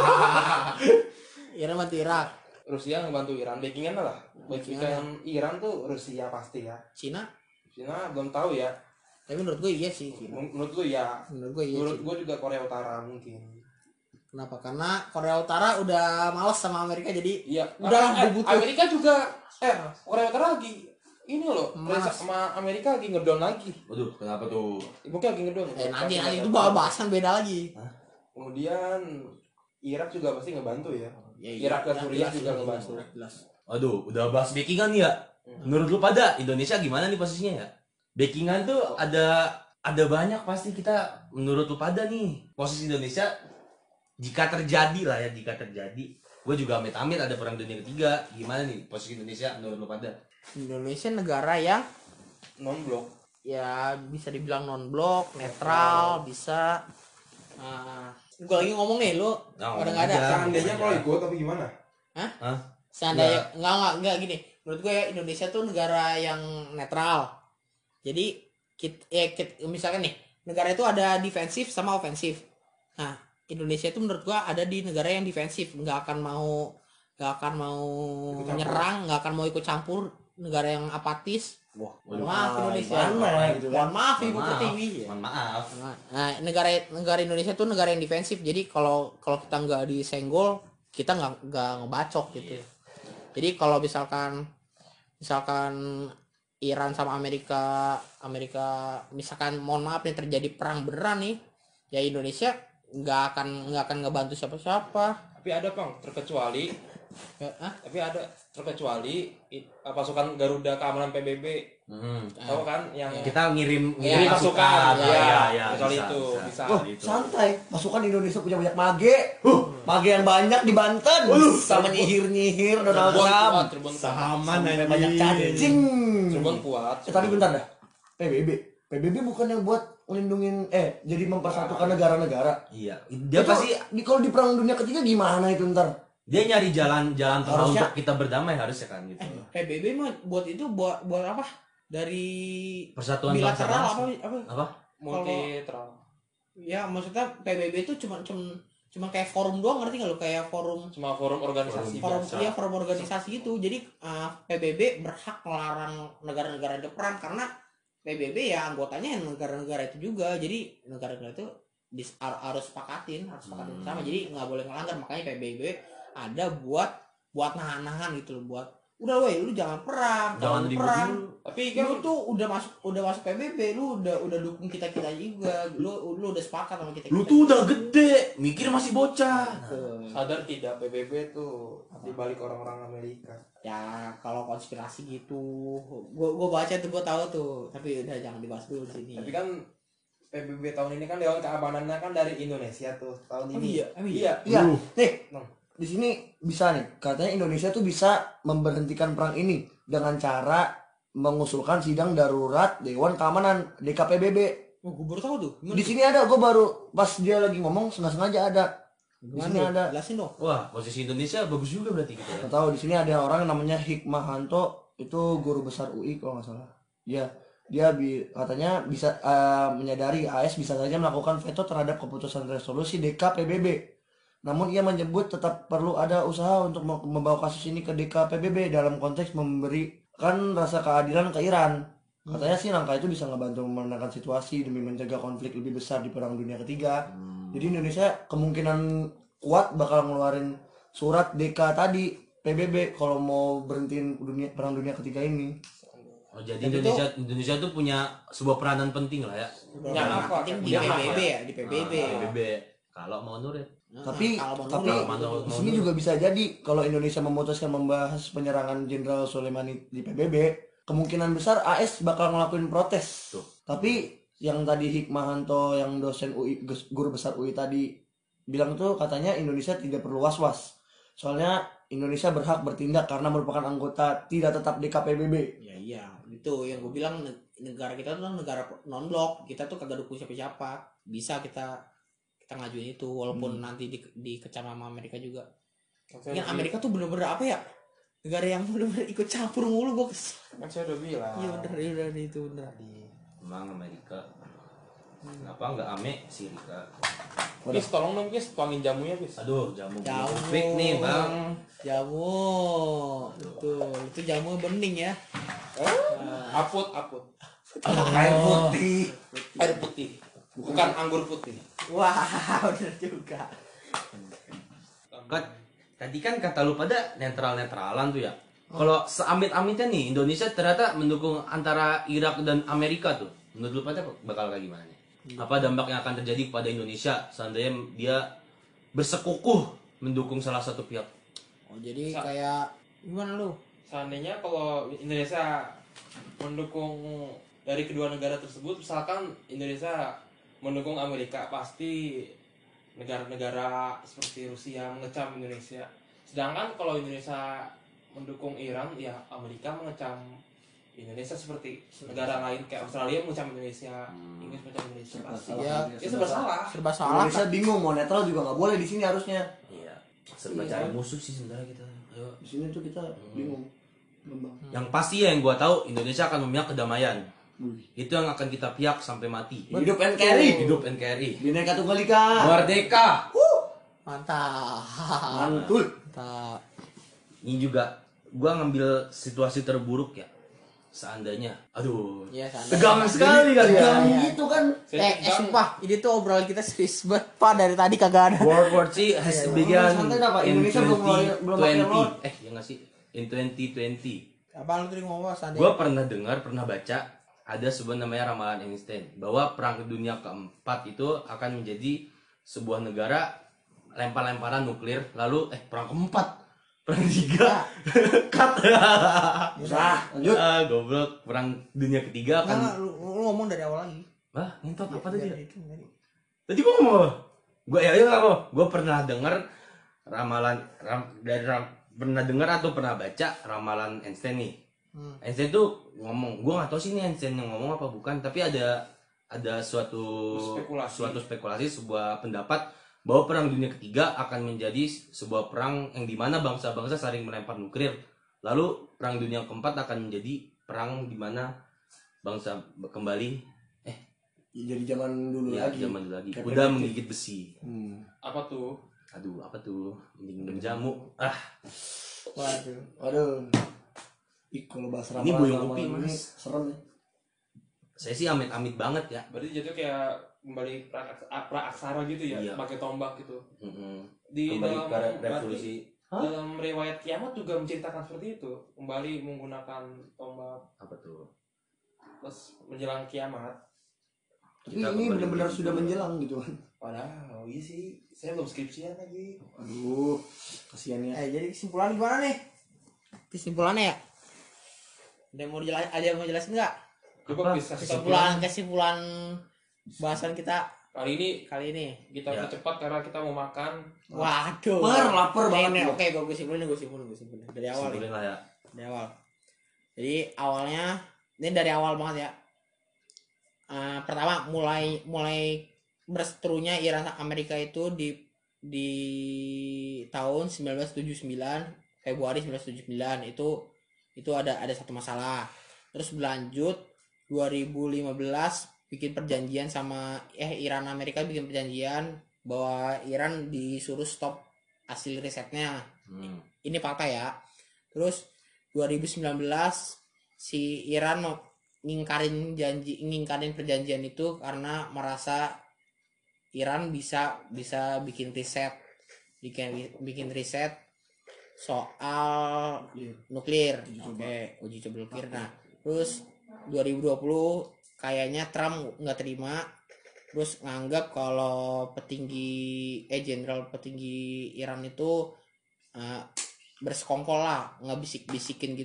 [SPEAKER 4] Iran bantu Irak.
[SPEAKER 2] Rusia ngebantu Iran, backingan lah. Backingan Iran tuh Rusia pasti ya.
[SPEAKER 4] Cina
[SPEAKER 2] belum tahu ya.
[SPEAKER 4] Tapi menurut gue iya sih.
[SPEAKER 2] Menurut gue iya. Menurut gue juga Korea Utara mungkin.
[SPEAKER 4] Kenapa? Karena Korea Utara udah males sama Amerika, jadi
[SPEAKER 2] iya.
[SPEAKER 4] Udah butuh.
[SPEAKER 2] Amerika juga Korea Utara lagi ini loh, sama Amerika lagi ngedown lagi.
[SPEAKER 3] Waduh, kenapa tuh?
[SPEAKER 2] Mungkin lagi ngedown.
[SPEAKER 4] Nanti itu bahasan beda lagi.
[SPEAKER 2] Kemudian Irak juga pasti ngebantu ya. Irak dan Suriah juga ngebantu.
[SPEAKER 3] Waduh, udah bahas backingan ya. Menurut lu pada Indonesia gimana nih posisinya ya? Backingan tuh ada banyak pasti. Kita menurut lu pada nih posisi Indonesia jika terjadi, gue juga amit-amit ada perang dunia ketiga, gimana nih posisi Indonesia menurut lu pada?
[SPEAKER 4] Indonesia negara yang
[SPEAKER 2] non-blok,
[SPEAKER 4] ya bisa dibilang non-blok, netral, bisa. Gue lagi ngomong nih, lu pada nggak ada.
[SPEAKER 2] Seandainya kalau ikut tapi gimana?
[SPEAKER 4] Hah? Seandainya nggak gini. Menurut gue ya, Indonesia tuh negara yang netral. Jadi misalkan nih, negara itu ada defensif sama ofensif. Nah, Indonesia itu menurut gua ada di negara yang defensif, nggak akan mau menyerang, nggak akan mau ikut campur, negara yang apatis. Maaf Indonesia. Mohon maaf Ibu Pertiwi.
[SPEAKER 3] Mohon maaf.
[SPEAKER 4] Nah, negara Indonesia itu negara yang defensif. Jadi kalau kita nggak disenggol, kita nggak ngebacok gitu. Jadi kalau misalkan Iran sama Amerika misalkan mohon maaf nih terjadi perang beneran nih, ya Indonesia nggak akan ngebantu siapa-siapa.
[SPEAKER 2] Tapi ada terkecuali Tapi ada terkecuali pasukan Garuda Keamanan PBB. Tahu kan yang
[SPEAKER 3] Kita ngirim
[SPEAKER 2] ngirim pasukan.
[SPEAKER 3] ya,
[SPEAKER 2] Kecuali
[SPEAKER 3] bisa,
[SPEAKER 2] itu
[SPEAKER 3] bisa.
[SPEAKER 2] bisa.
[SPEAKER 1] Oh, santai. Pasukan Indonesia punya banyak mage. Mage yang banyak di Banten. Sama nyihir-nyihir Donald Trump.
[SPEAKER 2] Cirebon kuat.
[SPEAKER 3] Sama
[SPEAKER 1] Sampai banyak cacing.
[SPEAKER 2] Cirebon kuat.
[SPEAKER 1] Tapi bentar dah. PBB bukan yang buat ngelindungin jadi mempersatukan negara-negara.
[SPEAKER 3] Iya, dia
[SPEAKER 1] Itu
[SPEAKER 3] pasti
[SPEAKER 1] kalau di perang dunia ketiga gimana itu ntar?
[SPEAKER 3] dia nyari jalan tengah
[SPEAKER 1] Harusnya-
[SPEAKER 3] untuk kita berdamai harusnya kan gitu.
[SPEAKER 4] PBB mah buat itu buat apa? Dari
[SPEAKER 3] Persatuan
[SPEAKER 4] bilateral
[SPEAKER 3] bangsa-bangsa.
[SPEAKER 4] apa?
[SPEAKER 3] Apa?
[SPEAKER 2] Multilateral.
[SPEAKER 4] Ya maksudnya PBB itu cuma kayak forum doang, ngerti nggak lo? Kayak forum
[SPEAKER 2] Cuma forum organisasi biasa.
[SPEAKER 4] iya forum organisasi gitu. Jadi PBB berhak melarang negara-negara itu perang karena PBB ya anggotanya yang negara-negara itu juga. Jadi negara-negara itu harus sepakatin bersama. Jadi nggak boleh ngelanggar. Makanya PBB ada buat nahan-nahan gitu loh, buat udah weh lu jangan perang,
[SPEAKER 3] Jangan
[SPEAKER 4] kalau lu
[SPEAKER 3] ribut
[SPEAKER 4] perang
[SPEAKER 3] dulu.
[SPEAKER 2] Tapi
[SPEAKER 4] lu
[SPEAKER 2] kan
[SPEAKER 4] tuh udah masuk PBB, lu udah dukung kita juga, lu udah sepakat sama kita.
[SPEAKER 3] Lu tuh udah gede, mikir masih bocah.
[SPEAKER 2] sadar tidak PBB tuh di balik orang-orang Amerika.
[SPEAKER 4] Ya kalau konspirasi gitu, gua baca tuh, gua tahu tuh, tapi udah jangan dibahas dulu di sini.
[SPEAKER 2] Tapi kan PBB tahun ini kan Dewan Keamanannya kan dari Indonesia tuh tahun
[SPEAKER 4] Oh
[SPEAKER 2] ini.
[SPEAKER 4] iya,
[SPEAKER 2] Iya.
[SPEAKER 1] Iya, nih.
[SPEAKER 2] Nah.
[SPEAKER 1] Di sini bisa nih, katanya Indonesia tuh bisa memberhentikan perang ini dengan cara mengusulkan sidang darurat Dewan Keamanan DKPBB.
[SPEAKER 4] Oh, gua baru tahu tuh. Gimana
[SPEAKER 1] Di
[SPEAKER 4] tuh?
[SPEAKER 1] sini ada, gue baru pas dia lagi ngomong sengaja ada. Di
[SPEAKER 4] Gimana
[SPEAKER 1] sini
[SPEAKER 4] tuh?
[SPEAKER 1] ada.
[SPEAKER 4] Jelasin dong.
[SPEAKER 3] Wah, posisi Indonesia bagus juga berarti gitu ya.
[SPEAKER 1] Nggak tahu, di sini ada orang yang namanya Hikmahanto, itu guru besar UI kalau nggak salah. Dia katanya bisa menyadari AS bisa saja melakukan veto terhadap keputusan resolusi DKPBB. Namun ia menyebut tetap perlu ada usaha untuk membawa kasus ini ke DKPBB dalam konteks memberikan rasa keadilan ke Iran. Katanya sih langkah itu bisa ngebantu memenangkan situasi demi mencegah konflik lebih besar di Perang Dunia Ketiga. Jadi Indonesia kemungkinan kuat bakal ngeluarin surat DK tadi PBB kalau mau berhentiin Perang Dunia Ketiga ini.
[SPEAKER 3] Oh, jadi
[SPEAKER 4] Dan
[SPEAKER 3] Indonesia tuh punya sebuah peranan penting lah ya.
[SPEAKER 2] Punya apa?
[SPEAKER 4] Penting di
[SPEAKER 2] Punya apa?
[SPEAKER 4] PBB ya, di PBB.
[SPEAKER 3] PBB. Kalau mau nurut.
[SPEAKER 1] Tapi
[SPEAKER 4] kalau
[SPEAKER 3] mau
[SPEAKER 1] di sini juga bisa jadi kalau Indonesia memutuskan membahas penyerangan Jenderal Soleimani di PBB, kemungkinan besar AS bakal ngelakuin protes.
[SPEAKER 3] Tuh.
[SPEAKER 1] Tapi yang tadi Hikmahanto yang dosen UI, guru besar UI tadi bilang tuh katanya Indonesia tidak perlu was-was. Soalnya Indonesia berhak bertindak karena merupakan anggota tidak tetap DKPBB.
[SPEAKER 4] Ya iya, itu yang gue bilang, negara kita tuh negara non blok, kita tuh kagak dukung siapa-siapa. Bisa kita ngajuin itu walaupun nanti dikecam sama Amerika juga. Yang Amerika tuh bener-bener apa ya? Negara yang bener-bener ikut campur mulu, gue kesel.
[SPEAKER 2] Kan saya udah bilang.
[SPEAKER 4] Iya bener itu bener.
[SPEAKER 3] Emang Amerika. Kenapa nggak ame Sirika?
[SPEAKER 2] Kis, tolong dong Kis, tuangin jamunya Kis.
[SPEAKER 3] Aduh, jamu
[SPEAKER 4] Jamu.
[SPEAKER 3] fake nih, Bang.
[SPEAKER 4] Jamu. Itu jamu bening ya.
[SPEAKER 2] Aput.
[SPEAKER 1] Air putih.
[SPEAKER 2] Air putih. Bukan anggur putih.
[SPEAKER 4] Wah, bener juga.
[SPEAKER 3] Tadi kan kata lu pada netral-netralan tuh ya. Kalau seamit-amitnya nih, Indonesia ternyata mendukung antara Irak dan Amerika tuh. Menurut lu pada bakal kayak gimana nih? Apa dampak yang akan terjadi kepada Indonesia seandainya dia bersekukuh mendukung salah satu pihak?
[SPEAKER 4] Oh, jadi kayak gimana lu?
[SPEAKER 2] Seandainya kalau Indonesia mendukung dari kedua negara tersebut, misalkan Indonesia mendukung Amerika, pasti negara-negara seperti Rusia mengecam Indonesia. Sedangkan kalau Indonesia mendukung Iran, ya Amerika mengecam Indonesia, seperti negara lain kayak Australia mengecam Indonesia, Inggris mengecam Indonesia. Pasti.
[SPEAKER 4] Ya,
[SPEAKER 2] Ya serba salah.
[SPEAKER 4] serba salah.
[SPEAKER 1] Indonesia bingung mau netral juga nggak boleh di sini harusnya.
[SPEAKER 3] Iya. Serba cari musuh sih sebenarnya kita. Ayo.
[SPEAKER 1] Di sini tuh kita bingung. Bambang.
[SPEAKER 3] Yang pasti ya yang gua tahu Indonesia akan memihak kedamaian. Itu yang akan kita pihak sampai mati.
[SPEAKER 1] Hidup NKRI.
[SPEAKER 3] Hidup NKRI.
[SPEAKER 1] Bhinneka Tunggal Ika.
[SPEAKER 3] Merdeka.
[SPEAKER 4] Mantap.
[SPEAKER 1] Mantul.
[SPEAKER 4] Mantap.
[SPEAKER 3] Ini juga gua ngambil situasi terburuk ya. Seandainya. Aduh.
[SPEAKER 4] Iya, seandainya.
[SPEAKER 3] Tegang sekali kan ya.
[SPEAKER 1] Tegang gitu kan.
[SPEAKER 4] Sumpah, ini tuh obrolan kita serius banget, Pak. Dari tadi kagak ada.
[SPEAKER 3] World War III has begun
[SPEAKER 1] santai dah, Pak.
[SPEAKER 3] in
[SPEAKER 1] Indonesia belum pakai
[SPEAKER 3] 2020.
[SPEAKER 1] lot.
[SPEAKER 3] Ya nggak sih? In 2020.
[SPEAKER 4] Apa lu tadi ngomong seandainya?
[SPEAKER 3] Gua pernah dengar, pernah baca ada sebuah namanya ramalan Einstein bahwa perang dunia keempat itu akan menjadi sebuah negara lempar-lemparan nuklir, lalu perang keempat Perang tiga. Cut.
[SPEAKER 1] Usah, lanjut.
[SPEAKER 3] Goblok. Perang dunia ketiga akan.
[SPEAKER 4] Nah, lu ngomong dari awal lagi.
[SPEAKER 3] Hah, ngentot apa tadi?
[SPEAKER 4] Dari itu, dari.
[SPEAKER 3] Tadi gua ngomong apa? Gua ya apa? Gua pernah dengar pernah dengar atau pernah baca ramalan Einstein nih. Einstein tuh ngomong, gua nggak tahu sih ini Einstein yang ngomong apa bukan, tapi ada suatu spekulasi, sebuah pendapat bahwa perang dunia ketiga akan menjadi sebuah perang yang dimana bangsa-bangsa saling melempar nuklir. Lalu perang dunia keempat akan menjadi perang dimana bangsa kembali
[SPEAKER 1] Jadi zaman dulu
[SPEAKER 3] ya,
[SPEAKER 1] lagi.
[SPEAKER 3] zaman dulu lagi.
[SPEAKER 1] Kayak
[SPEAKER 3] Kuda
[SPEAKER 1] primitif.
[SPEAKER 3] menggigit besi.
[SPEAKER 2] Apa tuh?
[SPEAKER 3] Aduh, apa tuh? Minum jamu.
[SPEAKER 1] Waduh. Ih, kalau bahas
[SPEAKER 3] Ini boyong
[SPEAKER 1] ramalan
[SPEAKER 3] kopi,
[SPEAKER 1] ini
[SPEAKER 3] Mas.
[SPEAKER 1] serem nih.
[SPEAKER 3] Saya sih amit-amit banget ya.
[SPEAKER 2] Berarti jatuh kayak kembali pra-aksara gitu ya,
[SPEAKER 3] Iya.
[SPEAKER 2] pakai tombak gitu.
[SPEAKER 3] Mm-mm.
[SPEAKER 2] Di
[SPEAKER 3] Kembali
[SPEAKER 2] dalam
[SPEAKER 3] ke revolusi.
[SPEAKER 2] dalam riwayat kiamat juga menceritakan seperti itu, kembali menggunakan tombak
[SPEAKER 3] Apa tuh?
[SPEAKER 2] terus menjelang kiamat.
[SPEAKER 1] Tapi
[SPEAKER 3] Kita
[SPEAKER 1] ini
[SPEAKER 3] kembali
[SPEAKER 1] benar-benar
[SPEAKER 3] ke-
[SPEAKER 1] sudah menjelang gitu kan.
[SPEAKER 2] Padahal iya sih, saya belum skripsian lagi.
[SPEAKER 1] Aduh, kasihan ya.
[SPEAKER 4] Jadi kesimpulan gimana nih? Kesimpulannya ya? Ada yang mau jelasin nggak?
[SPEAKER 2] Coba
[SPEAKER 3] Apa?
[SPEAKER 2] bisa
[SPEAKER 4] Kesimpulan bahasan kita
[SPEAKER 2] kali ini
[SPEAKER 4] kali ini.
[SPEAKER 2] kita
[SPEAKER 3] Ya.
[SPEAKER 2] cepat karena kita mau makan.
[SPEAKER 4] Waduh.
[SPEAKER 1] Lapar banget
[SPEAKER 4] Nih,
[SPEAKER 1] gua.
[SPEAKER 4] oke, gue simpulin dari awal nih.
[SPEAKER 3] Simpulin lah ya.
[SPEAKER 4] Dari awal. Jadi awalnya ini dari awal banget ya. Pertama mulai berseterunya Iran Amerika itu di tahun 1979 Februari 1979 itu ada satu masalah. Terus berlanjut 2015 bikin perjanjian sama Iran Amerika bikin perjanjian bahwa Iran disuruh stop hasil risetnya. Ini fakta ya. Terus 2019 si Iran ngingkarin perjanjian itu karena merasa Iran bisa bikin riset soal nuklir. Oke, uji coba nuklir. Nah, terus 2020 kayaknya Trump nggak terima, terus nganggap kalau jenderal petinggi Iran itu bersekongkol lah, ngebisik-bisikin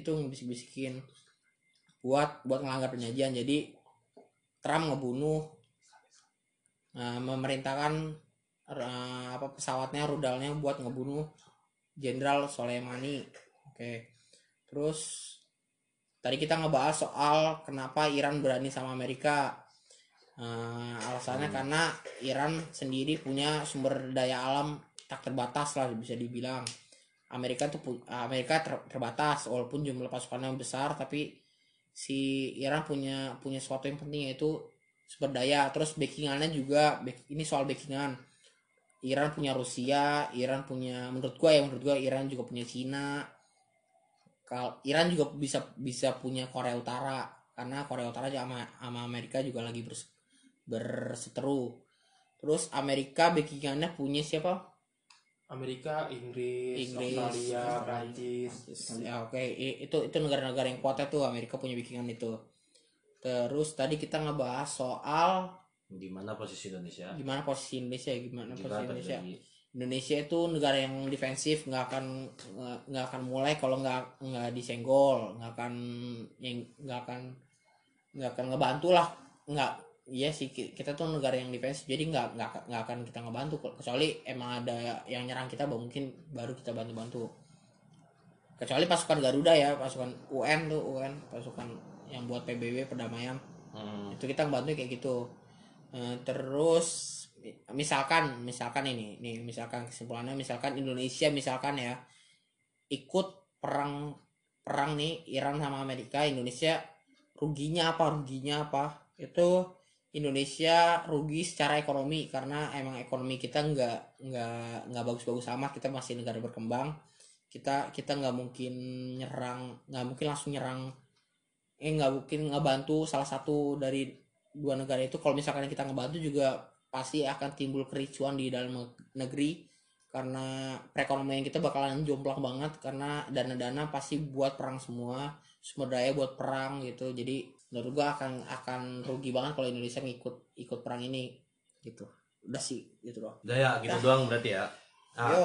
[SPEAKER 4] buat ngelanggar perjanjian. Jadi Trump ngebunuh, memerintahkan pesawatnya, rudalnya buat ngebunuh Jenderal Soleimani. Oke. Terus tadi kita ngebahas soal kenapa Iran berani sama Amerika. Alasannya karena Iran sendiri punya sumber daya alam tak terbatas lah, bisa dibilang. Amerika terbatas walaupun jumlah pasukannya besar, tapi si Iran punya sesuatu yang penting, yaitu sumber daya. Terus backingannya juga, ini soal backingan. Iran punya Rusia, menurut gua Iran juga punya Cina. Iran juga bisa punya Korea Utara, karena Korea Utara sama Amerika juga lagi berseteru. Terus Amerika backingannya punya siapa?
[SPEAKER 2] Amerika, Inggris, Australia, Prancis.
[SPEAKER 4] Ya oke. Itu negara-negara yang kuatnya tuh, Amerika punya backingan itu. Terus tadi kita ngebahas soal
[SPEAKER 3] Gimana posisi Indonesia?
[SPEAKER 4] Indonesia itu negara yang defensif, nggak akan mulai kalau nggak disenggol, nggak akan ngebantu lah. Iya sih, kita tuh negara yang defensif, jadi nggak akan kita ngebantu, kecuali emang ada yang nyerang kita, baru kita bantu. Kecuali pasukan Garuda ya, pasukan UN, pasukan yang buat PBB perdamaian. Itu kita ngebantu kayak gitu. Terus misalkan kesimpulannya, misalkan Indonesia ya ikut perang nih Iran sama Amerika, Indonesia ruginya apa? Itu Indonesia rugi secara ekonomi, karena emang ekonomi kita nggak bagus-bagus amat. Kita masih negara berkembang, kita nggak mungkin langsung nyerang, nggak mungkin ngebantu salah satu dari dua negara itu. Kalau misalkan kita ngebantu juga pasti akan timbul kericuan di dalam negeri, karena perekonomian kita bakalan jomplang banget, karena dana pasti buat perang semua, sumber daya buat perang gitu. Jadi menurut gua akan rugi banget kalau Indonesia ikut perang ini gitu. Udah sih gitu doang.
[SPEAKER 3] Udah ya, gitu doang berarti ya.
[SPEAKER 4] Yuk,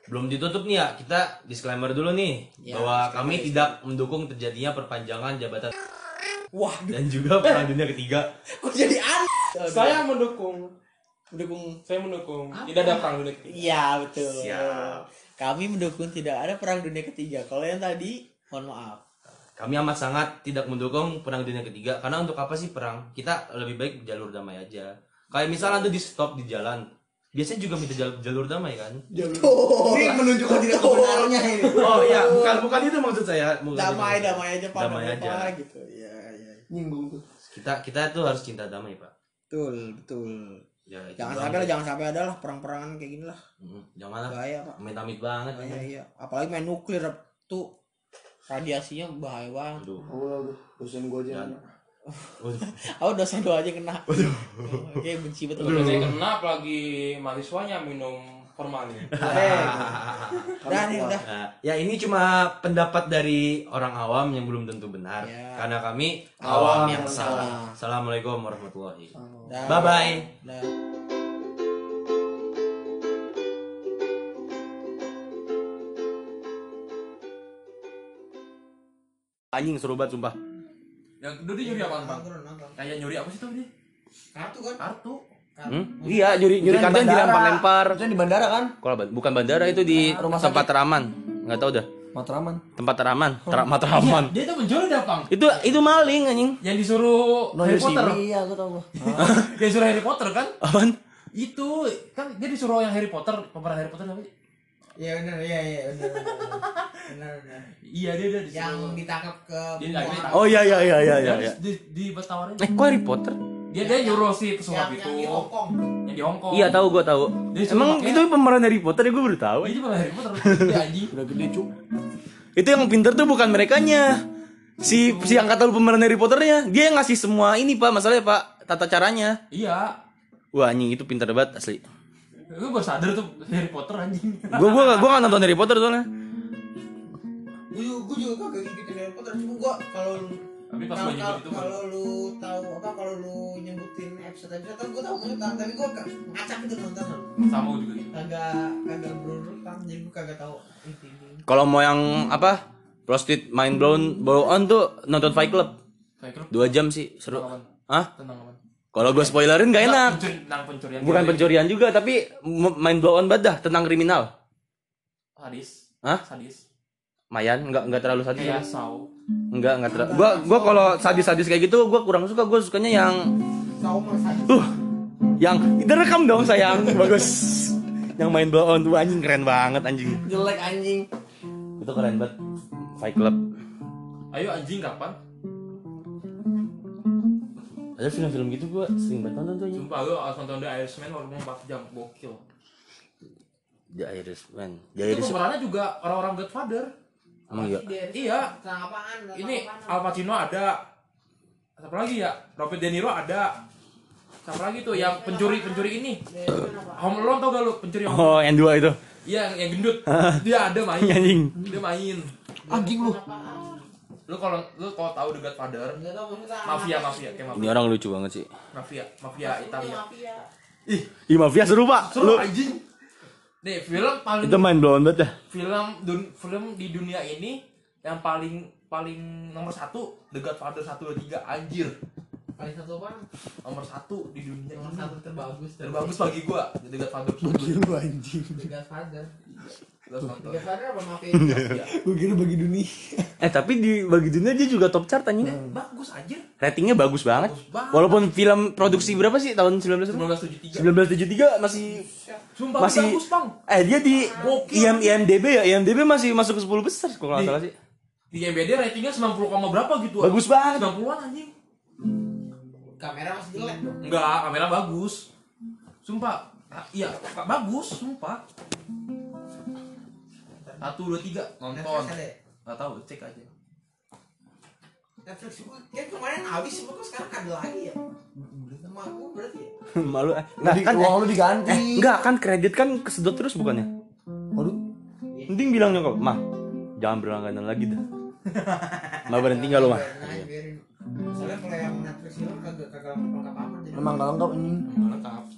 [SPEAKER 3] Belum ditutup nih ya, kita disclaimer dulu nih
[SPEAKER 4] Ya,
[SPEAKER 3] bahwa
[SPEAKER 4] disclaimer,
[SPEAKER 3] kami tidak mendukung terjadinya perpanjangan jabatan
[SPEAKER 4] Wah,
[SPEAKER 3] dan juga perang dunia ketiga.
[SPEAKER 4] kok jadi aneh?
[SPEAKER 2] Saya mendukung.
[SPEAKER 4] Saya mendukung.
[SPEAKER 2] Tidak ada perang dunia ketiga.
[SPEAKER 4] Iya, betul.
[SPEAKER 3] Siap.
[SPEAKER 4] Kami mendukung tidak ada perang dunia ketiga. Kalau yang tadi, mohon maaf.
[SPEAKER 3] Kami amat sangat tidak mendukung perang dunia ketiga karena untuk apa sih perang? Kita lebih baik jalur damai aja. Kayak misalnya ada di stop di jalan, biasanya juga minta jalur damai kan?
[SPEAKER 1] Ini menunjukkan tidak kebenarannya ini.
[SPEAKER 3] Oh iya, bukan itu maksud saya. Bukan
[SPEAKER 4] Damai
[SPEAKER 3] itu.
[SPEAKER 4] aja Pak.
[SPEAKER 3] Damai aja.
[SPEAKER 4] Apa, gitu. Iya.
[SPEAKER 1] Nyinggung tuh.
[SPEAKER 3] Kita tuh harus cinta damai, Pak.
[SPEAKER 4] Betul.
[SPEAKER 3] Ya, itu
[SPEAKER 4] Jangan
[SPEAKER 3] doang.
[SPEAKER 4] sampai ada lah perang-perangan kayak gini lah.
[SPEAKER 3] Jangan lah.
[SPEAKER 4] Bahaya, Pak.
[SPEAKER 3] Amit-amit banget.
[SPEAKER 4] Iya. Apalagi main nuklir tuh radiasinya bahaya banget.
[SPEAKER 3] Aduh.
[SPEAKER 1] Oh, dosen gua aja.
[SPEAKER 3] Waduh.
[SPEAKER 4] Oh, dosen gua aja kena. Oke, benci betul.
[SPEAKER 2] Kalau saya kena apalagi mahasiswanya minum formalin.
[SPEAKER 4] Udah nih, udah.
[SPEAKER 3] Nah, ya ini cuma pendapat dari orang awam yang belum tentu benar.
[SPEAKER 4] Ya.
[SPEAKER 3] Karena kami
[SPEAKER 4] Awam
[SPEAKER 3] yang
[SPEAKER 4] yang
[SPEAKER 3] salah.
[SPEAKER 4] salah.
[SPEAKER 3] Assalamualaikum warahmatullahi.
[SPEAKER 4] Dah.
[SPEAKER 3] Bye-bye.
[SPEAKER 4] Dah.
[SPEAKER 3] Anjing seru banget sumpah.
[SPEAKER 2] Yang Dodi nyuri apaan, Bang?
[SPEAKER 4] Nonton.
[SPEAKER 2] Kayak nyuri apa sih tuh dia?
[SPEAKER 4] Kartu kan?
[SPEAKER 2] Kartu.
[SPEAKER 5] Iya, nyuri
[SPEAKER 1] Itu yang di
[SPEAKER 5] kartu yang
[SPEAKER 1] bandara.
[SPEAKER 5] dilempar-lempar.
[SPEAKER 1] Itu yang di bandara kan?
[SPEAKER 5] Kalau bukan bandara itu di
[SPEAKER 1] Rumah
[SPEAKER 5] tempat teraman. Enggak tahu dah.
[SPEAKER 1] Matraman.
[SPEAKER 5] Tempat teraman, Matraman.
[SPEAKER 2] Dia tuh mencuri dah, Bang.
[SPEAKER 5] Itu maling anjing.
[SPEAKER 2] Yang disuruh
[SPEAKER 1] No
[SPEAKER 2] Harry
[SPEAKER 1] you see
[SPEAKER 2] Potter.
[SPEAKER 1] me, iya aku tahu gua.
[SPEAKER 2] Yang disuruh Harry Potter kan?
[SPEAKER 5] Apaan?
[SPEAKER 2] Itu kan dia disuruh yang Harry Potter, pemeran Harry Potter namanya.
[SPEAKER 4] Iya benar. Benar.
[SPEAKER 2] Iya, dia
[SPEAKER 4] Yang
[SPEAKER 2] disuruh.
[SPEAKER 4] ditangkap ke
[SPEAKER 2] Dia lagi-
[SPEAKER 5] Oh iya.
[SPEAKER 2] Dia di tawarin.
[SPEAKER 5] Kok Harry Potter?
[SPEAKER 2] Dia nyuruh si pesulap itu.
[SPEAKER 4] yang di Hongkong.
[SPEAKER 2] Yang di Hongkong.
[SPEAKER 5] Iya, tahu gua tahu.
[SPEAKER 2] Dia suruh
[SPEAKER 5] Emang
[SPEAKER 2] pakai-
[SPEAKER 5] itu pemeran Harry Potter ya, gua baru tahu.
[SPEAKER 2] Dia pemeran Harry Potter. Dia anjing.
[SPEAKER 1] Udah gede, Cuk.
[SPEAKER 5] Itu yang pinter tuh bukan merekanya. Si angkatan pemeran Harry Potternya, dia yang ngasih semua ini, Pak, masalahnya, Pak, tata caranya.
[SPEAKER 2] Iya.
[SPEAKER 5] Wah, anjing itu pinter banget asli.
[SPEAKER 2] Gue baru sadar tuh Harry Potter anjing.
[SPEAKER 5] Gua nggak nonton Harry Potter soalnya.
[SPEAKER 4] Gue juga kagak ngikutin Harry Potter. Cuma gue kalau
[SPEAKER 2] Tapi pas gua nyebut itu,
[SPEAKER 4] kalau lu tahu apa kalau lu nyebutin episode gue tahu banget tapi gue ngacak itu nonton.
[SPEAKER 2] Sama gue juga gitu.
[SPEAKER 4] Kagak berurutan jadi gue kagak tahu intinya.
[SPEAKER 5] Kalau mau yang apa? Prostitute Mind Blown On tuh nonton Fight Club.
[SPEAKER 2] Kayak klub
[SPEAKER 5] 2 jam sih, seru.
[SPEAKER 2] Tentang apaan?
[SPEAKER 5] Hah?
[SPEAKER 2] Tentang apa?
[SPEAKER 5] Kalau gue spoilerin gak enak.
[SPEAKER 2] Tentang pencurian.
[SPEAKER 5] Bukan pencurian juga, tapi Mind Blown On banget dah tentang kriminal.
[SPEAKER 2] Sadis.
[SPEAKER 5] Hah?
[SPEAKER 2] Sadis.
[SPEAKER 5] Mayan, enggak terlalu sadis.
[SPEAKER 2] Kayak Saw.
[SPEAKER 5] Enggak terlalu. Gua kalau sadis-sadis kayak gitu gua kurang suka. Gua sukanya yang yang direkam dong sayang. Bagus. Yang Mind Blown On tuh anjing keren banget anjing.
[SPEAKER 1] Jelek anjing.
[SPEAKER 5] Itu keren banget. Fight Club.
[SPEAKER 2] Ayo anjing kapan?
[SPEAKER 5] Ada film-film gitu gua sering banget nonton tuh anjing.
[SPEAKER 2] Sumpah lu harus nonton The Irishman walaupun 4 jam. Gokil.
[SPEAKER 5] The Irishman. The
[SPEAKER 2] Itu
[SPEAKER 5] Irishman.
[SPEAKER 2] pemerannya juga orang-orang Godfather.
[SPEAKER 5] Emang iya.
[SPEAKER 2] Iya.
[SPEAKER 4] Tentang apaan?
[SPEAKER 2] Ini Al Pacino ada. Siapa lagi ya? Robert De Niro ada. Siapa lagi tuh yang pencuri ini? Home Alone tau gak lu? Pencuri Home Alone.
[SPEAKER 5] Oh, yang dua itu.
[SPEAKER 2] Iya, yang gendut. Dia ada main.
[SPEAKER 5] Anjing.
[SPEAKER 2] Dia main.
[SPEAKER 1] Anjing lu.
[SPEAKER 2] Lu kalau tahu The Godfather, mafia kayak
[SPEAKER 5] Ini
[SPEAKER 2] mafia.
[SPEAKER 5] orang lucu banget sih.
[SPEAKER 2] Mafia Italia.
[SPEAKER 5] Ih, mafia seru, Pak.
[SPEAKER 2] Seru
[SPEAKER 5] Lu
[SPEAKER 2] anjing. Nih, film paling
[SPEAKER 5] itu Mind Blown banget dah.
[SPEAKER 2] film di dunia ini yang paling nomor 1 The Godfather 1 2 3 anjir.
[SPEAKER 4] Paling satu apa?
[SPEAKER 2] Nomor 1 di dunia
[SPEAKER 4] Nomor
[SPEAKER 2] ini.
[SPEAKER 4] satu terbagus.
[SPEAKER 2] Terbagus bagi gua The Godfather.
[SPEAKER 1] Bagi lu anjing.
[SPEAKER 4] Godfather.
[SPEAKER 2] Lu harus nonton.
[SPEAKER 4] Godfather apa mafia?
[SPEAKER 2] Iya.
[SPEAKER 1] Gue kira bagi dunia.
[SPEAKER 5] Tapi di bagi dunia dia juga top chart anjing.
[SPEAKER 2] Bagus anjir.
[SPEAKER 5] Ratingnya bagus banget.
[SPEAKER 2] Bagus banget.
[SPEAKER 5] Walaupun film produksi berapa sih tahun
[SPEAKER 2] 1973.
[SPEAKER 5] 1973 masih
[SPEAKER 2] Sumpah
[SPEAKER 5] masih
[SPEAKER 2] bagus, Bang.
[SPEAKER 5] dia di
[SPEAKER 2] Gokil.
[SPEAKER 5] IMDb ya. IMDb masih masuk ke 10 besar kalau nggak salah sih.
[SPEAKER 2] Di IMDb ratingnya 90, berapa gitu.
[SPEAKER 5] Bagus banget.
[SPEAKER 2] 90-an anjing.
[SPEAKER 4] Kamera masih jelek dong.
[SPEAKER 2] Enggak, kamera bagus. Sumpah. Iya, bagus, sumpah. 1 2 3 nonton.
[SPEAKER 4] Netflix ada ya?
[SPEAKER 2] Enggak tahu, cek aja.
[SPEAKER 4] Netflix gue kan kemarin habis cuma kok sekarang ada lagi ya. Sama aku berarti ya.
[SPEAKER 5] Malu.
[SPEAKER 1] Nah,
[SPEAKER 5] kan
[SPEAKER 1] uang lu diganti.
[SPEAKER 5] enggak kan kredit kan kesedot terus bukannya?
[SPEAKER 1] Waduh.
[SPEAKER 5] Mending bilang nyokap, "Mah, jangan berlangganan lagi dah." Mah berhenti enggak lu, Mah?
[SPEAKER 4] Biarin. Soalnya kalau yang Netflix itu kagak lengkap amat jadi.
[SPEAKER 1] Emang gak lengkap anjing.
[SPEAKER 2] Lengkap.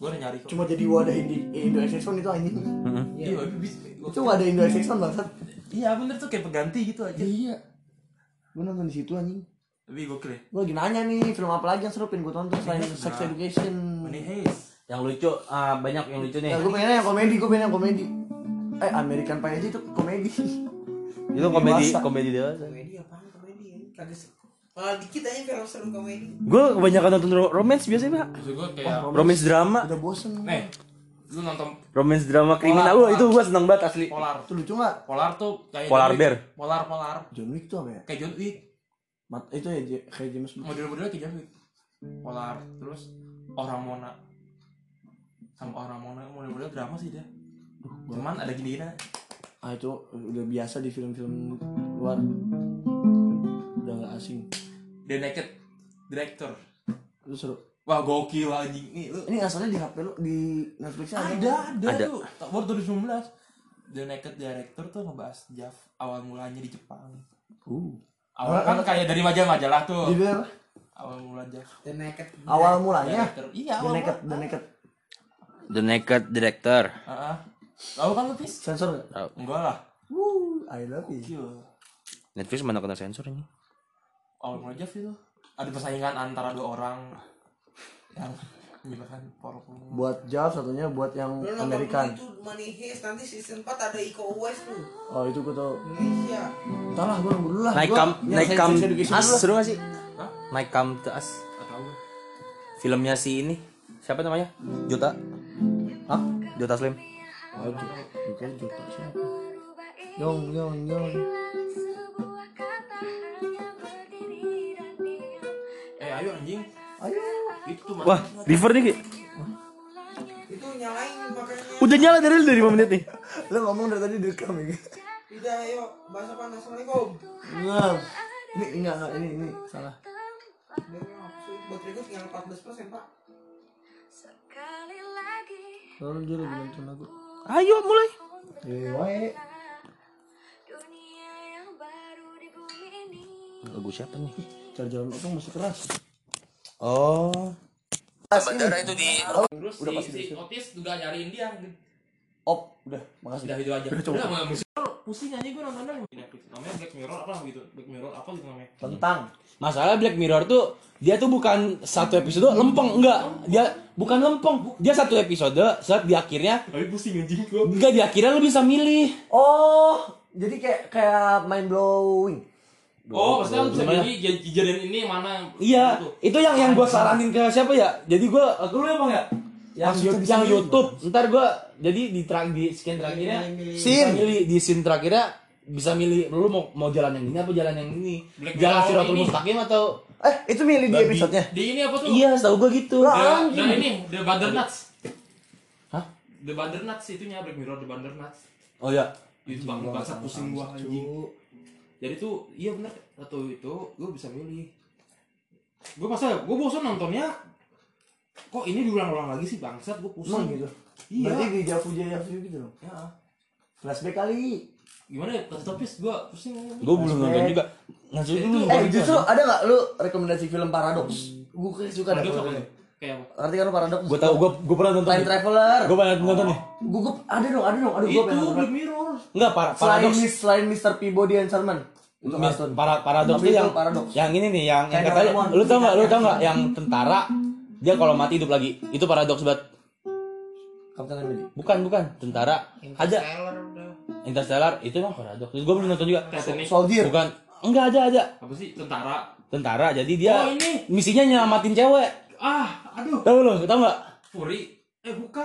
[SPEAKER 2] Gue udah nyari kok.
[SPEAKER 1] Cuma jadi wadah Indo XX1 itu anjing.
[SPEAKER 2] Iya,
[SPEAKER 1] Itu wadah Indo XX1 bangsat.
[SPEAKER 2] iya bener tuh kayak pengganti gitu aja.
[SPEAKER 1] Iya. Gue nonton di situ anjing.
[SPEAKER 2] Tapi gokil ya.
[SPEAKER 1] Gue lagi nanya nih film apa lagi yang seru pengen gue tonton selain Sex Education.
[SPEAKER 2] Money Heist.
[SPEAKER 5] Yang lucu, banyak yang lucu nih.
[SPEAKER 1] Ya gue pengennya yang komedi. American Pie aja itu komedi.
[SPEAKER 5] Itu komedi
[SPEAKER 1] Dewasa.
[SPEAKER 5] komedi dewasa.
[SPEAKER 4] Komedi apaan komedi ya? Kagak sih. Malah dikit aja film seru komedi.
[SPEAKER 5] Gue kebanyakan nonton romance biasanya, Pak.
[SPEAKER 2] Maksud gue kayak
[SPEAKER 5] Romance drama,
[SPEAKER 1] Udah bosen.
[SPEAKER 2] nih, lu nonton
[SPEAKER 5] romance drama kriminal. Wah, itu gue seneng banget asli.
[SPEAKER 2] Polar.
[SPEAKER 1] Itu lucu nggak?
[SPEAKER 2] Polar tuh kayak
[SPEAKER 5] Polar
[SPEAKER 2] John Wick.
[SPEAKER 5] Bear.
[SPEAKER 2] Polar.
[SPEAKER 1] John Wick tuh apa ya?
[SPEAKER 2] Kayak John Wick.
[SPEAKER 1] Itu ya kayak James Bond.
[SPEAKER 2] Model-modelnya kayak John Wick. Polar. Terus Orang Mona. Sama Orang Mona model-model drama sih dia. Cuman ada gini-gini.
[SPEAKER 1] Itu udah biasa di film-film luar. Udah nggak asing.
[SPEAKER 2] The Naked Director.
[SPEAKER 1] Itu seru.
[SPEAKER 2] Wah gokil anjing nih lu.
[SPEAKER 1] Ini asalnya di HP lu di Netflix
[SPEAKER 2] Ada
[SPEAKER 5] Ada.
[SPEAKER 2] tuh. Baru 2019. The Naked Director tuh ngebahas Jav awal mulanya di Jepang. Awal kan kayak dari majalah-majalah tuh.
[SPEAKER 1] Judulnya apa?
[SPEAKER 2] Awal mula Jav.
[SPEAKER 4] The Naked.
[SPEAKER 1] Awal mulanya.
[SPEAKER 2] Director. Iya,
[SPEAKER 1] The
[SPEAKER 2] awal
[SPEAKER 1] Naked,
[SPEAKER 2] mula.
[SPEAKER 1] The Naked.
[SPEAKER 5] The Naked Director.
[SPEAKER 2] Heeh. Tahu kan lu, Pis?
[SPEAKER 1] Sensor nggak?
[SPEAKER 2] Enggak lah.
[SPEAKER 1] I love you.
[SPEAKER 2] Gokil.
[SPEAKER 5] Netflix mana kena sensor ini?
[SPEAKER 2] Awal mula Jav itu ada persaingan antara dua orang yang menyebabkan porok.
[SPEAKER 1] Buat Jav satunya buat yang
[SPEAKER 4] Lu nonton
[SPEAKER 1] American.
[SPEAKER 4] itu Money Heist nanti season 4 ada Iko Uwais tuh.
[SPEAKER 1] Oh itu gue tau.
[SPEAKER 4] Indonesia.
[SPEAKER 1] Entar lah gue nunggu dulu lah.
[SPEAKER 5] Naik
[SPEAKER 1] Gua-
[SPEAKER 5] Kam
[SPEAKER 1] ini
[SPEAKER 5] Naik
[SPEAKER 1] Sex
[SPEAKER 5] Kam
[SPEAKER 1] Education
[SPEAKER 5] As
[SPEAKER 1] dulu lah.
[SPEAKER 5] seru gak sih?
[SPEAKER 2] Hah?
[SPEAKER 5] Naik Kam to As.
[SPEAKER 2] Enggak tahu gue.
[SPEAKER 5] Filmnya si ini. Siapa namanya? Jota. Hah? Jota Slim.
[SPEAKER 1] Oh Jota Jota siapa? Yong.
[SPEAKER 2] Ayo anjing.
[SPEAKER 1] Ayo.
[SPEAKER 2] Itu tuh
[SPEAKER 5] Wah, River nih Ki.
[SPEAKER 4] Itu nyalain makanya.
[SPEAKER 5] Udah nyala dari 5 menit nih.
[SPEAKER 1] Lo ngomong dari tadi direkam ya.
[SPEAKER 4] Udah ayo bahas apa? Assalamualaikum.
[SPEAKER 1] Enggak. Ini enggak ini salah.
[SPEAKER 4] Buat Rico tinggal 14%, Pak.
[SPEAKER 1] Lalu dia lagi nonton lagu.
[SPEAKER 5] Ayo mulai.
[SPEAKER 1] Wae.
[SPEAKER 5] Lagu siapa nih?
[SPEAKER 1] Charger lo tuh masih keras.
[SPEAKER 5] Oh.
[SPEAKER 3] Bandara itu di
[SPEAKER 2] Terus
[SPEAKER 1] Udah
[SPEAKER 2] si,
[SPEAKER 1] pasti
[SPEAKER 2] si Otis juga nyariin dia.
[SPEAKER 1] Op, udah, makasih.
[SPEAKER 2] Udah itu aja.
[SPEAKER 1] Udah, coba.
[SPEAKER 2] Udah nggak musik. Pusing aja gue nontonnya di Netflix. Namanya Black Mirror apa gitu? Black Mirror apa gitu namanya?
[SPEAKER 1] Tentang
[SPEAKER 5] Masalah Black Mirror tuh dia tuh bukan satu episode lempeng, enggak. Dia bukan lempeng. Dia satu episode saat di akhirnya
[SPEAKER 2] Tapi pusing anjing gue.
[SPEAKER 5] enggak di akhirnya lu bisa milih.
[SPEAKER 1] oh, jadi kayak mind blowing.
[SPEAKER 2] Oh, maksudnya lu bisa
[SPEAKER 5] Gimana?
[SPEAKER 2] milih kejadian ini mana?
[SPEAKER 5] Iya,
[SPEAKER 2] Gitu.
[SPEAKER 5] itu yang gua saranin ke siapa ya? Jadi gua lu ya Bang ya? Yang
[SPEAKER 1] Maksudnya bisa
[SPEAKER 5] yang
[SPEAKER 1] milih,
[SPEAKER 5] YouTube. Ntar gua jadi di scan terakhirnya
[SPEAKER 1] Scene.
[SPEAKER 5] bisa milih di scene terakhirnya bisa milih lu mau jalan yang ini apa jalan yang ini.
[SPEAKER 2] Black
[SPEAKER 5] Jalan
[SPEAKER 2] Mirror
[SPEAKER 5] Siratul
[SPEAKER 2] ini.
[SPEAKER 5] Mustaqim atau
[SPEAKER 1] Itu milih di episode-nya.
[SPEAKER 2] Di ini apa tuh?
[SPEAKER 5] iya, setahu gua gitu.
[SPEAKER 1] Lah.
[SPEAKER 2] The ini The Bandernuts.
[SPEAKER 5] Hah?
[SPEAKER 2] The Bandernuts itunya Black Mirror The Bandernuts.
[SPEAKER 5] Oh ya.
[SPEAKER 2] Itu banget bahasa pusing gua anjing. Jadi tuh iya benar atau itu gue bisa milih. Gue bosan nontonnya. Kok ini diulang-ulang lagi sih bangsat gue
[SPEAKER 1] Emang
[SPEAKER 2] pusing.
[SPEAKER 1] gitu.
[SPEAKER 2] Iya.
[SPEAKER 1] Berarti di Javu gitu dong.
[SPEAKER 2] Ya.
[SPEAKER 1] Flashback kali.
[SPEAKER 2] Gimana ya? Tapi gue pusing.
[SPEAKER 5] Gua belum nonton juga. Ngasih dulu.
[SPEAKER 1] Justru ada nggak lu rekomendasi film Paradox? Gue suka deh.
[SPEAKER 2] Paradox apa nih? Kayak apa?
[SPEAKER 1] Ngerti kan lu Paradox?
[SPEAKER 5] Gua tahu gua pernah nonton.
[SPEAKER 1] Time Traveler.
[SPEAKER 5] Gua pernah nonton nih.
[SPEAKER 1] Gue ada dong. Aduh gue
[SPEAKER 2] Itu
[SPEAKER 1] pengen nonton.
[SPEAKER 2] Black Mirror.
[SPEAKER 5] Enggak, paradox.
[SPEAKER 1] Selain Mr. Peabody and Salman. Itu kartun.
[SPEAKER 5] Paradox
[SPEAKER 1] Tapi
[SPEAKER 5] tuh
[SPEAKER 1] itu
[SPEAKER 5] yang
[SPEAKER 1] Paradox.
[SPEAKER 5] yang ini nih yang
[SPEAKER 1] Kayak
[SPEAKER 5] katanya
[SPEAKER 1] Doraemon.
[SPEAKER 5] lu tau nggak yang tentara dia kalau mati hidup lagi itu paradoks banget.
[SPEAKER 1] Captain America.
[SPEAKER 5] Bukan tentara ada
[SPEAKER 4] Interstellar udah.
[SPEAKER 5] Interstellar itu mah paradoks. Gue belum nonton juga.
[SPEAKER 2] Titanic.
[SPEAKER 1] Soldier.
[SPEAKER 5] Bukan, enggak ada
[SPEAKER 2] Apa sih tentara?
[SPEAKER 5] tentara jadi dia
[SPEAKER 2] Oh, ini.
[SPEAKER 5] misinya nyelamatin cewek.
[SPEAKER 2] Aduh.
[SPEAKER 5] Tahu lu nggak?
[SPEAKER 2] Fury. Bukan.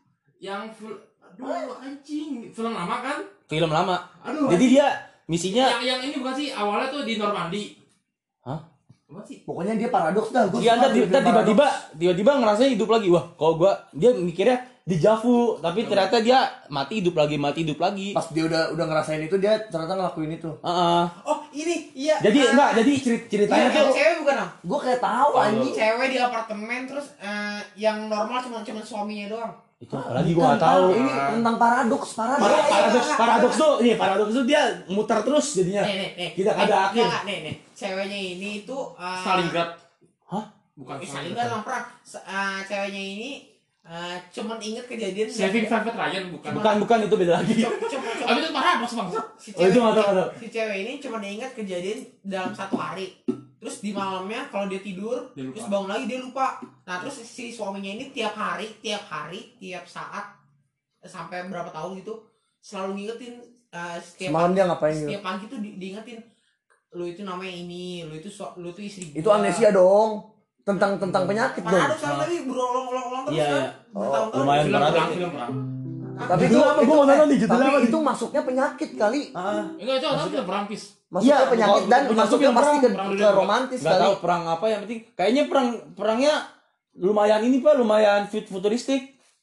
[SPEAKER 2] Aduh anjing. Film lama kan?
[SPEAKER 5] Film lama.
[SPEAKER 2] Aduh.
[SPEAKER 5] Jadi dia misinya
[SPEAKER 2] Yang ini bukan sih awalnya tuh di Normandy.
[SPEAKER 5] hah?
[SPEAKER 2] Apa sih?
[SPEAKER 1] Pokoknya dia paradoks dah. Gua
[SPEAKER 5] Iya,
[SPEAKER 1] suka
[SPEAKER 5] ntar
[SPEAKER 1] film
[SPEAKER 5] tiba-tiba ngerasa hidup lagi. Wah, kalau dia mikirnya di Javu, tapi ternyata dia mati hidup lagi.
[SPEAKER 1] Pas dia udah ngerasain itu dia ternyata ngelakuin itu.
[SPEAKER 5] Heeh.
[SPEAKER 4] Oh, ini iya.
[SPEAKER 5] Jadi enggak, jadi ceritanya
[SPEAKER 4] Iya,
[SPEAKER 5] tuh
[SPEAKER 4] yang cewek bukan, Am?
[SPEAKER 1] Gue kayak tahu anjing.
[SPEAKER 4] Cewek di apartemen terus yang normal cuma suaminya doang.
[SPEAKER 5] itu apalagi gua nggak tahu.
[SPEAKER 1] Ini tentang paradoks.
[SPEAKER 5] Paradoks tuh dia muter terus jadinya.
[SPEAKER 4] Nih.
[SPEAKER 5] Tidak ada akhir.
[SPEAKER 4] Enggak, nih. Ceweknya ini tuh
[SPEAKER 2] Stalingrad.
[SPEAKER 5] Hah?
[SPEAKER 2] Bukan
[SPEAKER 4] Stalingrad emang perang. Ceweknya ini Cuman inget kejadian
[SPEAKER 2] Saving Private Ryan bukan.
[SPEAKER 5] Bukan itu beda lagi.
[SPEAKER 2] Tapi itu paradoks bang.
[SPEAKER 4] si
[SPEAKER 5] Oh itu
[SPEAKER 4] cewek,
[SPEAKER 5] nggak tahu.
[SPEAKER 4] si cewek ini cuma ingat kejadian dalam satu hari. Terus di malamnya kalau dia tidur,
[SPEAKER 2] Dia lupa.
[SPEAKER 4] terus bangun lagi dia lupa. Nah terus si suaminya ini tiap hari, tiap saat sampai berapa tahun gitu selalu ngingetin
[SPEAKER 1] Semalam dia ngapain gitu?
[SPEAKER 4] setiap pagi tuh diingetin lu itu namanya ini, lu itu istri
[SPEAKER 1] Itu
[SPEAKER 4] gua.
[SPEAKER 1] amnesia dong. Tentang penyakit dong.
[SPEAKER 4] Paradoks kan tadi berulang-ulang terus
[SPEAKER 5] Iya,
[SPEAKER 4] kan.
[SPEAKER 5] iya.
[SPEAKER 4] Bertahun-tahun.
[SPEAKER 5] Lumayan
[SPEAKER 2] Film
[SPEAKER 5] paradoks.
[SPEAKER 2] perang, film perang.
[SPEAKER 1] Tapi
[SPEAKER 5] Judul apa? Gua mau nonton nih, judul
[SPEAKER 1] tapi
[SPEAKER 5] apa nih?
[SPEAKER 1] itu masuknya penyakit kali.
[SPEAKER 2] Enggak itu ada film perang pis.
[SPEAKER 1] Masuknya
[SPEAKER 5] Iya,
[SPEAKER 1] penyakit
[SPEAKER 5] bukan-
[SPEAKER 1] dan
[SPEAKER 5] bukan
[SPEAKER 1] masuknya
[SPEAKER 5] film
[SPEAKER 1] pasti
[SPEAKER 2] perang,
[SPEAKER 1] ke
[SPEAKER 2] perang
[SPEAKER 1] romantis
[SPEAKER 5] Nggak
[SPEAKER 1] kali.
[SPEAKER 5] tahu perang apa yang penting. Kayaknya perangnya lumayan ini pak, lumayan futuristik.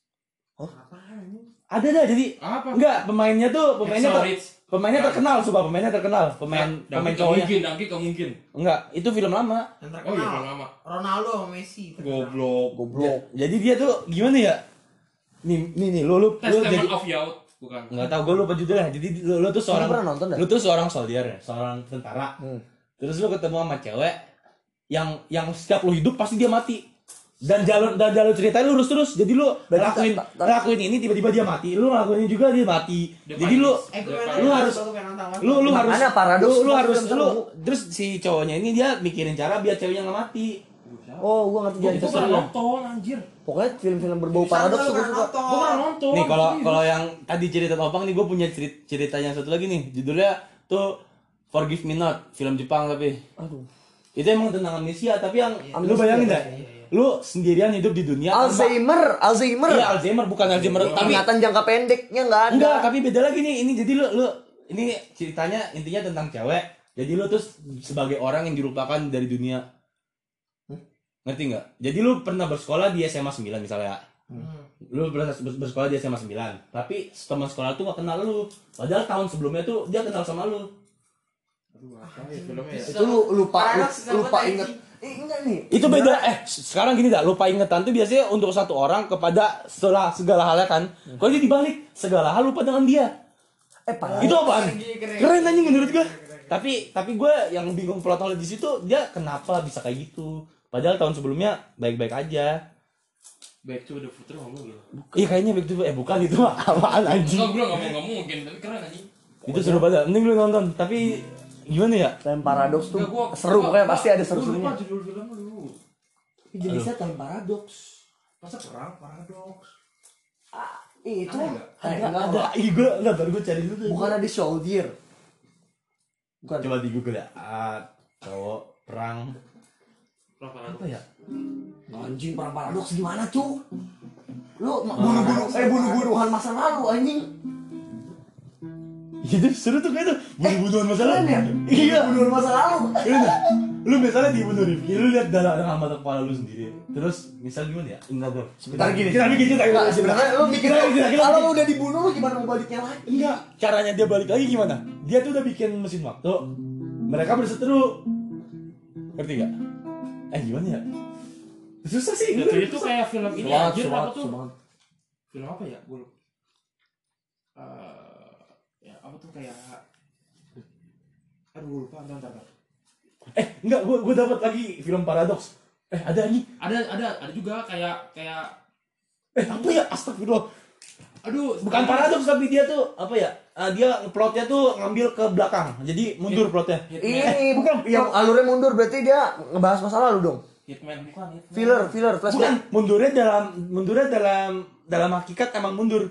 [SPEAKER 5] Ada dah jadi.
[SPEAKER 2] Apa?
[SPEAKER 5] Enggak pemainnya
[SPEAKER 2] Hacksaw Ridge.
[SPEAKER 5] terkenal, sumpah pemainnya terkenal. Pemain cowoknya.
[SPEAKER 2] Dangki mungkin.
[SPEAKER 5] Enggak, itu film lama.
[SPEAKER 4] Yang
[SPEAKER 2] Oh iya
[SPEAKER 4] terkenal.
[SPEAKER 2] film lama.
[SPEAKER 4] Ronaldo sama Messi. terkenal.
[SPEAKER 1] Goblok.
[SPEAKER 5] Jadi dia tuh gimana ya? Nih, lu jadi
[SPEAKER 2] Testament of Youth bukan.
[SPEAKER 5] nggak tahu gue lupa judulnya. Jadi lu tuh seorang
[SPEAKER 1] pernah nonton dah?
[SPEAKER 5] lu tuh seorang soldier ya, seorang tentara. Terus lu ketemu sama cewek yang setiap lu hidup pasti dia mati. Dan jalur ceritanya lurus terus. Jadi lu
[SPEAKER 1] Berarti
[SPEAKER 5] lakuin ini tiba-tiba dia mati. Lu ngelakuin ini juga dia mati. Jadi lu
[SPEAKER 4] Gue
[SPEAKER 5] Lu harus- lu harus
[SPEAKER 1] Makanya paradoks
[SPEAKER 5] lu harus
[SPEAKER 1] film
[SPEAKER 5] lu
[SPEAKER 1] seru.
[SPEAKER 5] terus si cowoknya ini dia mikirin cara biar ceweknya nggak mati.
[SPEAKER 1] Oh, gua ngerti jadi
[SPEAKER 2] Itu
[SPEAKER 1] seru.
[SPEAKER 2] pernah nonton anjir.
[SPEAKER 1] Pokoknya film-film berbau paradoks tuh gua suka.
[SPEAKER 2] Gua pernah nonton.
[SPEAKER 5] Nih kalau yang tadi cerita Opang nih gue punya cerita yang satu lagi nih. Judulnya tuh Forgive Me Not, film Jepang tapi.
[SPEAKER 1] Aduh.
[SPEAKER 5] Itu emang tentang amnesia tapi yang lu
[SPEAKER 1] Amnesia,
[SPEAKER 5] bayangin
[SPEAKER 1] iya,
[SPEAKER 5] dah. Lu sendirian hidup di dunia tanpa-
[SPEAKER 1] Alzheimer.
[SPEAKER 5] Iya, Alzheimer bukan Alzheimer tapi
[SPEAKER 1] Ingatan jangka pendeknya nggak ada.
[SPEAKER 5] enggak, tapi beda lagi nih. Ini jadi lu ini ceritanya intinya tentang cewek. Jadi lu tuh sebagai orang yang dilupakan dari dunia. Ngerti nggak? Jadi lu pernah bersekolah di SMA 9 misalnya. Lu bersekolah di SMA 9. Tapi teman sekolah tuh gak kenal lu. Padahal tahun sebelumnya tuh dia kenal sama lu.
[SPEAKER 2] Aduh, apa ya filmnya ya?
[SPEAKER 1] Itu lu lupa
[SPEAKER 4] Paradoks,
[SPEAKER 1] inget. Enggak nih.
[SPEAKER 5] Itu beda. Sekarang gini dah, lupa ingetan tuh biasanya untuk satu orang kepada segala halnya kan. Kalau dia dibalik, segala hal lupa dengan dia.
[SPEAKER 1] Parah.
[SPEAKER 5] Itu apaan?
[SPEAKER 4] Keren.
[SPEAKER 5] Keren anjing menurut gua. Tapi gue yang bingung plot hole di situ dia kenapa bisa kayak gitu. Padahal tahun sebelumnya baik-baik aja.
[SPEAKER 2] Back to the Future ngomong gitu.
[SPEAKER 5] Iya kayaknya begitu bukan itu mah apaan anjing.
[SPEAKER 2] Enggak, gua nggak mungkin, tapi keren anjing.
[SPEAKER 5] Itu seru banget. Mending lu nonton. Tapi gimana ya?
[SPEAKER 1] Time paradoks tuh
[SPEAKER 2] Enggak, gua-
[SPEAKER 1] seru
[SPEAKER 2] gua-
[SPEAKER 1] pokoknya
[SPEAKER 2] gua-
[SPEAKER 1] pasti ada
[SPEAKER 2] gua
[SPEAKER 1] seru-serunya.
[SPEAKER 2] lupa judul film dulu.
[SPEAKER 1] Jenisnya time paradoks.
[SPEAKER 2] Masa perang paradoks?
[SPEAKER 1] Itu
[SPEAKER 5] Ada. Ih gue enggak baru gue cari dulu.
[SPEAKER 1] bukan ada soldier. Bukan.
[SPEAKER 5] Coba di Google ya. Cowok perang
[SPEAKER 2] Perang paradoks.
[SPEAKER 5] apa ya?
[SPEAKER 1] Anjing perang paradoks gimana cuy? Lu bunuh-bunuhan masa lalu anjing.
[SPEAKER 5] Itu seru tuh kayak tuh bunuh-bunuhan masalah.
[SPEAKER 1] Keren ya?
[SPEAKER 5] Iya.
[SPEAKER 1] Bunuh masa lalu.
[SPEAKER 5] Iya. Lu misalnya dibunuh Rifki, lu lihat dengan mata kepala lu sendiri. Terus misal gimana ya? Enggak tuh.
[SPEAKER 1] Sebentar gini.
[SPEAKER 5] Kita bikin cerita.
[SPEAKER 1] Enggak, sebenarnya lu mikir
[SPEAKER 5] Kita
[SPEAKER 1] kalau lu udah dibunuh lu gimana mau baliknya lagi?
[SPEAKER 5] enggak. Caranya dia balik lagi gimana? Dia tuh udah bikin mesin waktu. Mereka berseteru. Ngerti gak? Gimana ya? Susah sih.
[SPEAKER 2] Jatuhnya tuh kayak film ini
[SPEAKER 1] Semangat,
[SPEAKER 2] anjir apa
[SPEAKER 1] semangat,
[SPEAKER 2] tuh?
[SPEAKER 1] semangat.
[SPEAKER 2] Film apa ya? Gue lupa. Ya apa tuh kayak aduh lupa bentar.
[SPEAKER 5] Enggak, gua dapat lagi film paradoks. Ada nih.
[SPEAKER 2] Ada juga kayak
[SPEAKER 5] Apa ya? Astagfirullah.
[SPEAKER 2] aduh
[SPEAKER 5] Bukan paradoks tapi dia tuh apa ya? Dia plotnya tuh ngambil ke belakang. Jadi mundur plotnya.
[SPEAKER 1] Ini bukan yang alurnya mundur berarti dia ngebahas masa lalu dong.
[SPEAKER 2] Hitman bukan Hitman.
[SPEAKER 1] Filler,
[SPEAKER 5] Bukan,
[SPEAKER 1] flashback.
[SPEAKER 5] mundurnya dalam hakikat emang mundur.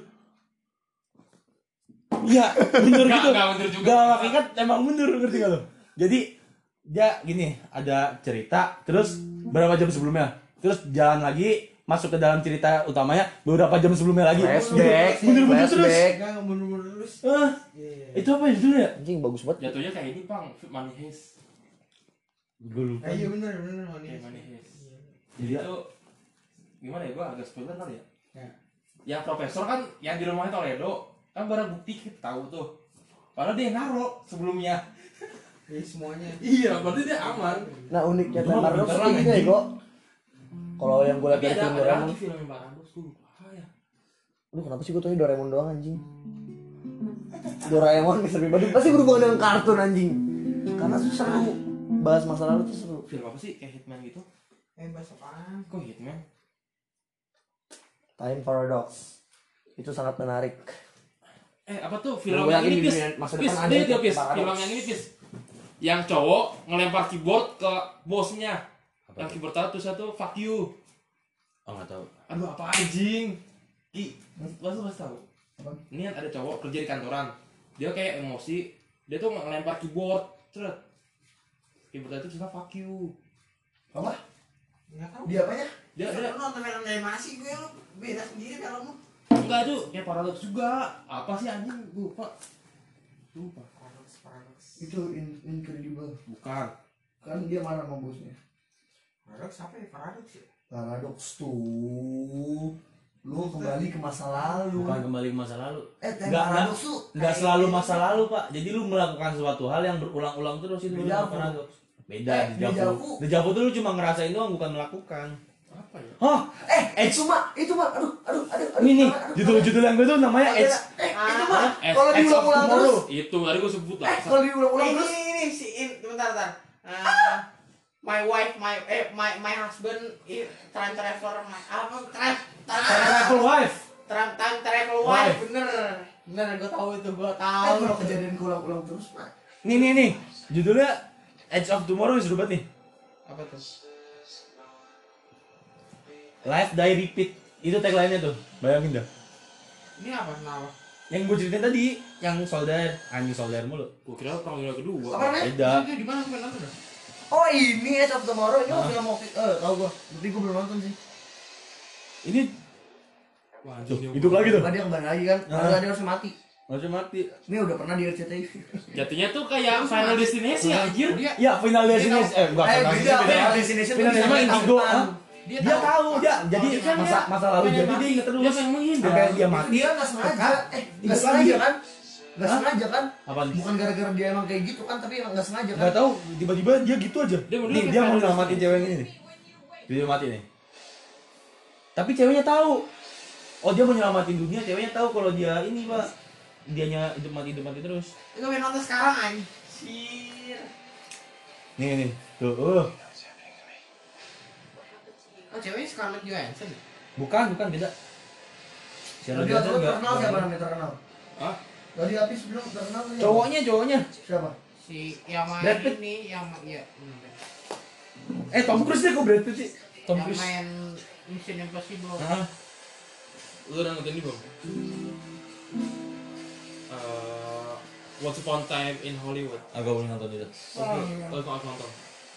[SPEAKER 5] Iya, mundur
[SPEAKER 2] Nggak,
[SPEAKER 5] gitu.
[SPEAKER 2] nggak mundur juga.
[SPEAKER 5] Dalam hakikat emang mundur, ngerti gak lo? Jadi dia gini, ada cerita, terus berapa jam sebelumnya, terus jalan lagi, masuk ke dalam cerita utamanya, beberapa jam sebelumnya lagi.
[SPEAKER 1] Flashback,
[SPEAKER 5] Mundur-mundur terus.
[SPEAKER 1] flashback.
[SPEAKER 4] Enggak mundur-mundur terus.
[SPEAKER 5] Itu apa ya judulnya?
[SPEAKER 1] Anjing bagus banget.
[SPEAKER 2] Jatuhnya kayak ini Bang, Money Heist.
[SPEAKER 5] Gue lupa.
[SPEAKER 4] Iya benar
[SPEAKER 2] Kayak Money Heist. Jadi
[SPEAKER 5] Iya.
[SPEAKER 2] itu gimana ya? Gua agak spoiler kali ya.
[SPEAKER 4] Ya.
[SPEAKER 2] Yang profesor kan yang di rumahnya Toledo kan barang bukti kita tahu tuh. Padahal dia yang naro sebelumnya.
[SPEAKER 4] Jadi semuanya.
[SPEAKER 2] Iya, berarti dia aman.
[SPEAKER 1] Nah uniknya
[SPEAKER 5] Gua
[SPEAKER 1] time paradoks
[SPEAKER 5] beneran,
[SPEAKER 1] kayak gini ya
[SPEAKER 5] anjing.
[SPEAKER 1] kok. Kalau yang gue lihat
[SPEAKER 2] Tapi
[SPEAKER 1] dari
[SPEAKER 2] ada
[SPEAKER 1] film
[SPEAKER 2] ada
[SPEAKER 1] Doraemon,
[SPEAKER 2] lagi film yang paradoks tuh. Apa ya?
[SPEAKER 1] lu kenapa sih gue taunya Doraemon doang anjing? Doraemon Mr. Pimpa pasti berhubungan dengan kartun anjing. Karena tuh seru, bahas masa lalu tuh seru.
[SPEAKER 2] Film apa sih kayak Hitman gitu?
[SPEAKER 4] Bahasa apaan?
[SPEAKER 2] Kok Hitman?
[SPEAKER 1] Time Paradox. Itu sangat menarik.
[SPEAKER 2] Apa tuh
[SPEAKER 1] Dan
[SPEAKER 2] film
[SPEAKER 1] gue
[SPEAKER 2] yang
[SPEAKER 1] yakin
[SPEAKER 2] ini
[SPEAKER 1] di
[SPEAKER 2] Pis?
[SPEAKER 1] masa
[SPEAKER 2] Pis,
[SPEAKER 1] depan ada
[SPEAKER 2] dia
[SPEAKER 1] itu
[SPEAKER 2] Pis.
[SPEAKER 1] paradoks.
[SPEAKER 2] Film yang ini Pis. Yang cowok ngelempar keyboard ke bosnya. Yang keyboard tahu tuh satu fuck you.
[SPEAKER 5] Oh nggak tahu.
[SPEAKER 2] Aduh apa anjing? Ki, lu masih tahu? Ini kan ada cowok kerja di kantoran. Dia kayak emosi, dia tuh ngelempar keyboard, ceret. Keyboard itu cuma fuck you.
[SPEAKER 1] Apa?
[SPEAKER 4] Enggak tahu.
[SPEAKER 1] Dia apanya?
[SPEAKER 2] Dia
[SPEAKER 4] Lu nonton film animasi gue lu beda sendiri film lu.
[SPEAKER 2] enggak tuh kayak paradoks juga. Apa sih anjing? Lupa.
[SPEAKER 4] Paradoks.
[SPEAKER 1] Itu Incredible.
[SPEAKER 2] Bukan.
[SPEAKER 1] Kan dia marah sama bosnya.
[SPEAKER 4] Paradoks apa ya? Paradoks ya?
[SPEAKER 1] Paradoks tuh lu kembali ke masa lalu.
[SPEAKER 5] Bukan kembali ke masa lalu.
[SPEAKER 1] Time
[SPEAKER 5] Nggak
[SPEAKER 1] Paradox tuh
[SPEAKER 5] nggak selalu masa lalu pak. Jadi lu melakukan suatu hal yang berulang-ulang terus itu
[SPEAKER 1] Deja vu.
[SPEAKER 5] paradoks. Beda
[SPEAKER 1] Deja
[SPEAKER 5] deja
[SPEAKER 1] vu.
[SPEAKER 5] vu. Deja vu tuh lu cuma ngerasain doang bukan melakukan.
[SPEAKER 2] Apa ya?
[SPEAKER 5] Hah?
[SPEAKER 1] itu mah aduh
[SPEAKER 5] Ini nih
[SPEAKER 1] aduh,
[SPEAKER 5] judul yang gue tuh namanya Edge.
[SPEAKER 1] itu mah
[SPEAKER 2] Edge
[SPEAKER 1] kalau
[SPEAKER 2] of
[SPEAKER 1] diulang-ulang terus
[SPEAKER 2] Tomorrow. Itu tadi gue sebut lah.
[SPEAKER 1] kalau diulang-ulang
[SPEAKER 4] Ini
[SPEAKER 1] terus
[SPEAKER 4] si bentar. My wife, my husband is time traveler, time
[SPEAKER 5] Travel Wife.
[SPEAKER 4] travel wife, bener gue tahu itu, gue tahu.
[SPEAKER 1] kalau kejadian ulang-ulang terus mah
[SPEAKER 5] Nih. Judulnya Edge of Tomorrow seru banget nih.
[SPEAKER 4] Apa tuh?
[SPEAKER 5] Life Die Repeat. Itu tagline-nya tuh. Bayangin dah.
[SPEAKER 4] Ini apa kenapa?
[SPEAKER 5] Yang gue ceritain tadi, yang solder, anjing solder mulu.
[SPEAKER 2] Gue kira perang dunia kedua.
[SPEAKER 1] apa namanya?
[SPEAKER 5] Beda.
[SPEAKER 4] Itu di mana gue nonton?
[SPEAKER 1] Oh ini Edge of Tomorrow ini film tau gua tapi gua belum nonton sih.
[SPEAKER 5] Ini
[SPEAKER 2] Wah,
[SPEAKER 5] tuh,
[SPEAKER 2] anjing,
[SPEAKER 5] hidup lagi tuh.
[SPEAKER 1] Coba dia kembali lagi kan karena dia harus mati.
[SPEAKER 5] Langsung mati.
[SPEAKER 1] Ini udah pernah di RCTI.
[SPEAKER 2] Jatuhnya tuh kayak Final Destination anjir.
[SPEAKER 4] Dia
[SPEAKER 5] Ya, Final Destination. Enggak, Final
[SPEAKER 1] beda
[SPEAKER 5] Destination.
[SPEAKER 1] Final Destination
[SPEAKER 5] Final
[SPEAKER 1] tuh
[SPEAKER 5] Destination
[SPEAKER 1] bisa
[SPEAKER 5] Indigo.
[SPEAKER 1] tahan.
[SPEAKER 5] ah. Dia tahu, dia jadi
[SPEAKER 2] dia kan
[SPEAKER 5] masa lalu
[SPEAKER 2] pengen
[SPEAKER 5] jadi
[SPEAKER 2] mati.
[SPEAKER 5] dia inget terus.
[SPEAKER 2] Dia pengen menghindar.
[SPEAKER 5] Sampai dia mati.
[SPEAKER 1] Dia nggak sengaja, nggak
[SPEAKER 5] Hidup
[SPEAKER 1] sengaja
[SPEAKER 5] lagi.
[SPEAKER 1] kan? Nggak
[SPEAKER 5] Hah?
[SPEAKER 1] sengaja kan?
[SPEAKER 5] Apaan?
[SPEAKER 1] Bukan gara-gara dia emang kayak gitu kan, tapi emang nggak sengaja kan?
[SPEAKER 5] Enggak tahu, tiba-tiba dia gitu aja.
[SPEAKER 2] Dia mau
[SPEAKER 5] Nih,
[SPEAKER 2] dulu
[SPEAKER 5] dia
[SPEAKER 2] kayak
[SPEAKER 5] mau
[SPEAKER 2] Final
[SPEAKER 5] nyelamatin cewek yang ini nih. Dia mati nih. Tapi ceweknya tahu. Oh, dia mau nyelamatin dunia, ceweknya tahu kalau dia ini, Pak. Dianya hidup mati terus.
[SPEAKER 4] gue pengen nonton sekarang anjir.
[SPEAKER 5] Nih. Tuh.
[SPEAKER 4] Oh ceweknya Scarlett Johansson.
[SPEAKER 5] Bukan, beda. Siapa
[SPEAKER 1] Tadi
[SPEAKER 5] dia
[SPEAKER 1] aku terkenal siapa namanya terkenal?
[SPEAKER 2] Hah?
[SPEAKER 1] Tadi habis bilang terkenal tuh
[SPEAKER 5] Cowoknya.
[SPEAKER 1] siapa?
[SPEAKER 4] Si yang main
[SPEAKER 5] Brad Pitt.
[SPEAKER 4] ini yang iya
[SPEAKER 5] Tom Cruise deh kok Brad Pitt sih. Tom
[SPEAKER 4] yang
[SPEAKER 5] Cruise.
[SPEAKER 4] main Mission Impossible.
[SPEAKER 5] Heeh.
[SPEAKER 2] Lu udah nonton ini belum? Once Upon a Time in Hollywood.
[SPEAKER 5] Agak belum nonton itu.
[SPEAKER 2] Lu harus nonton.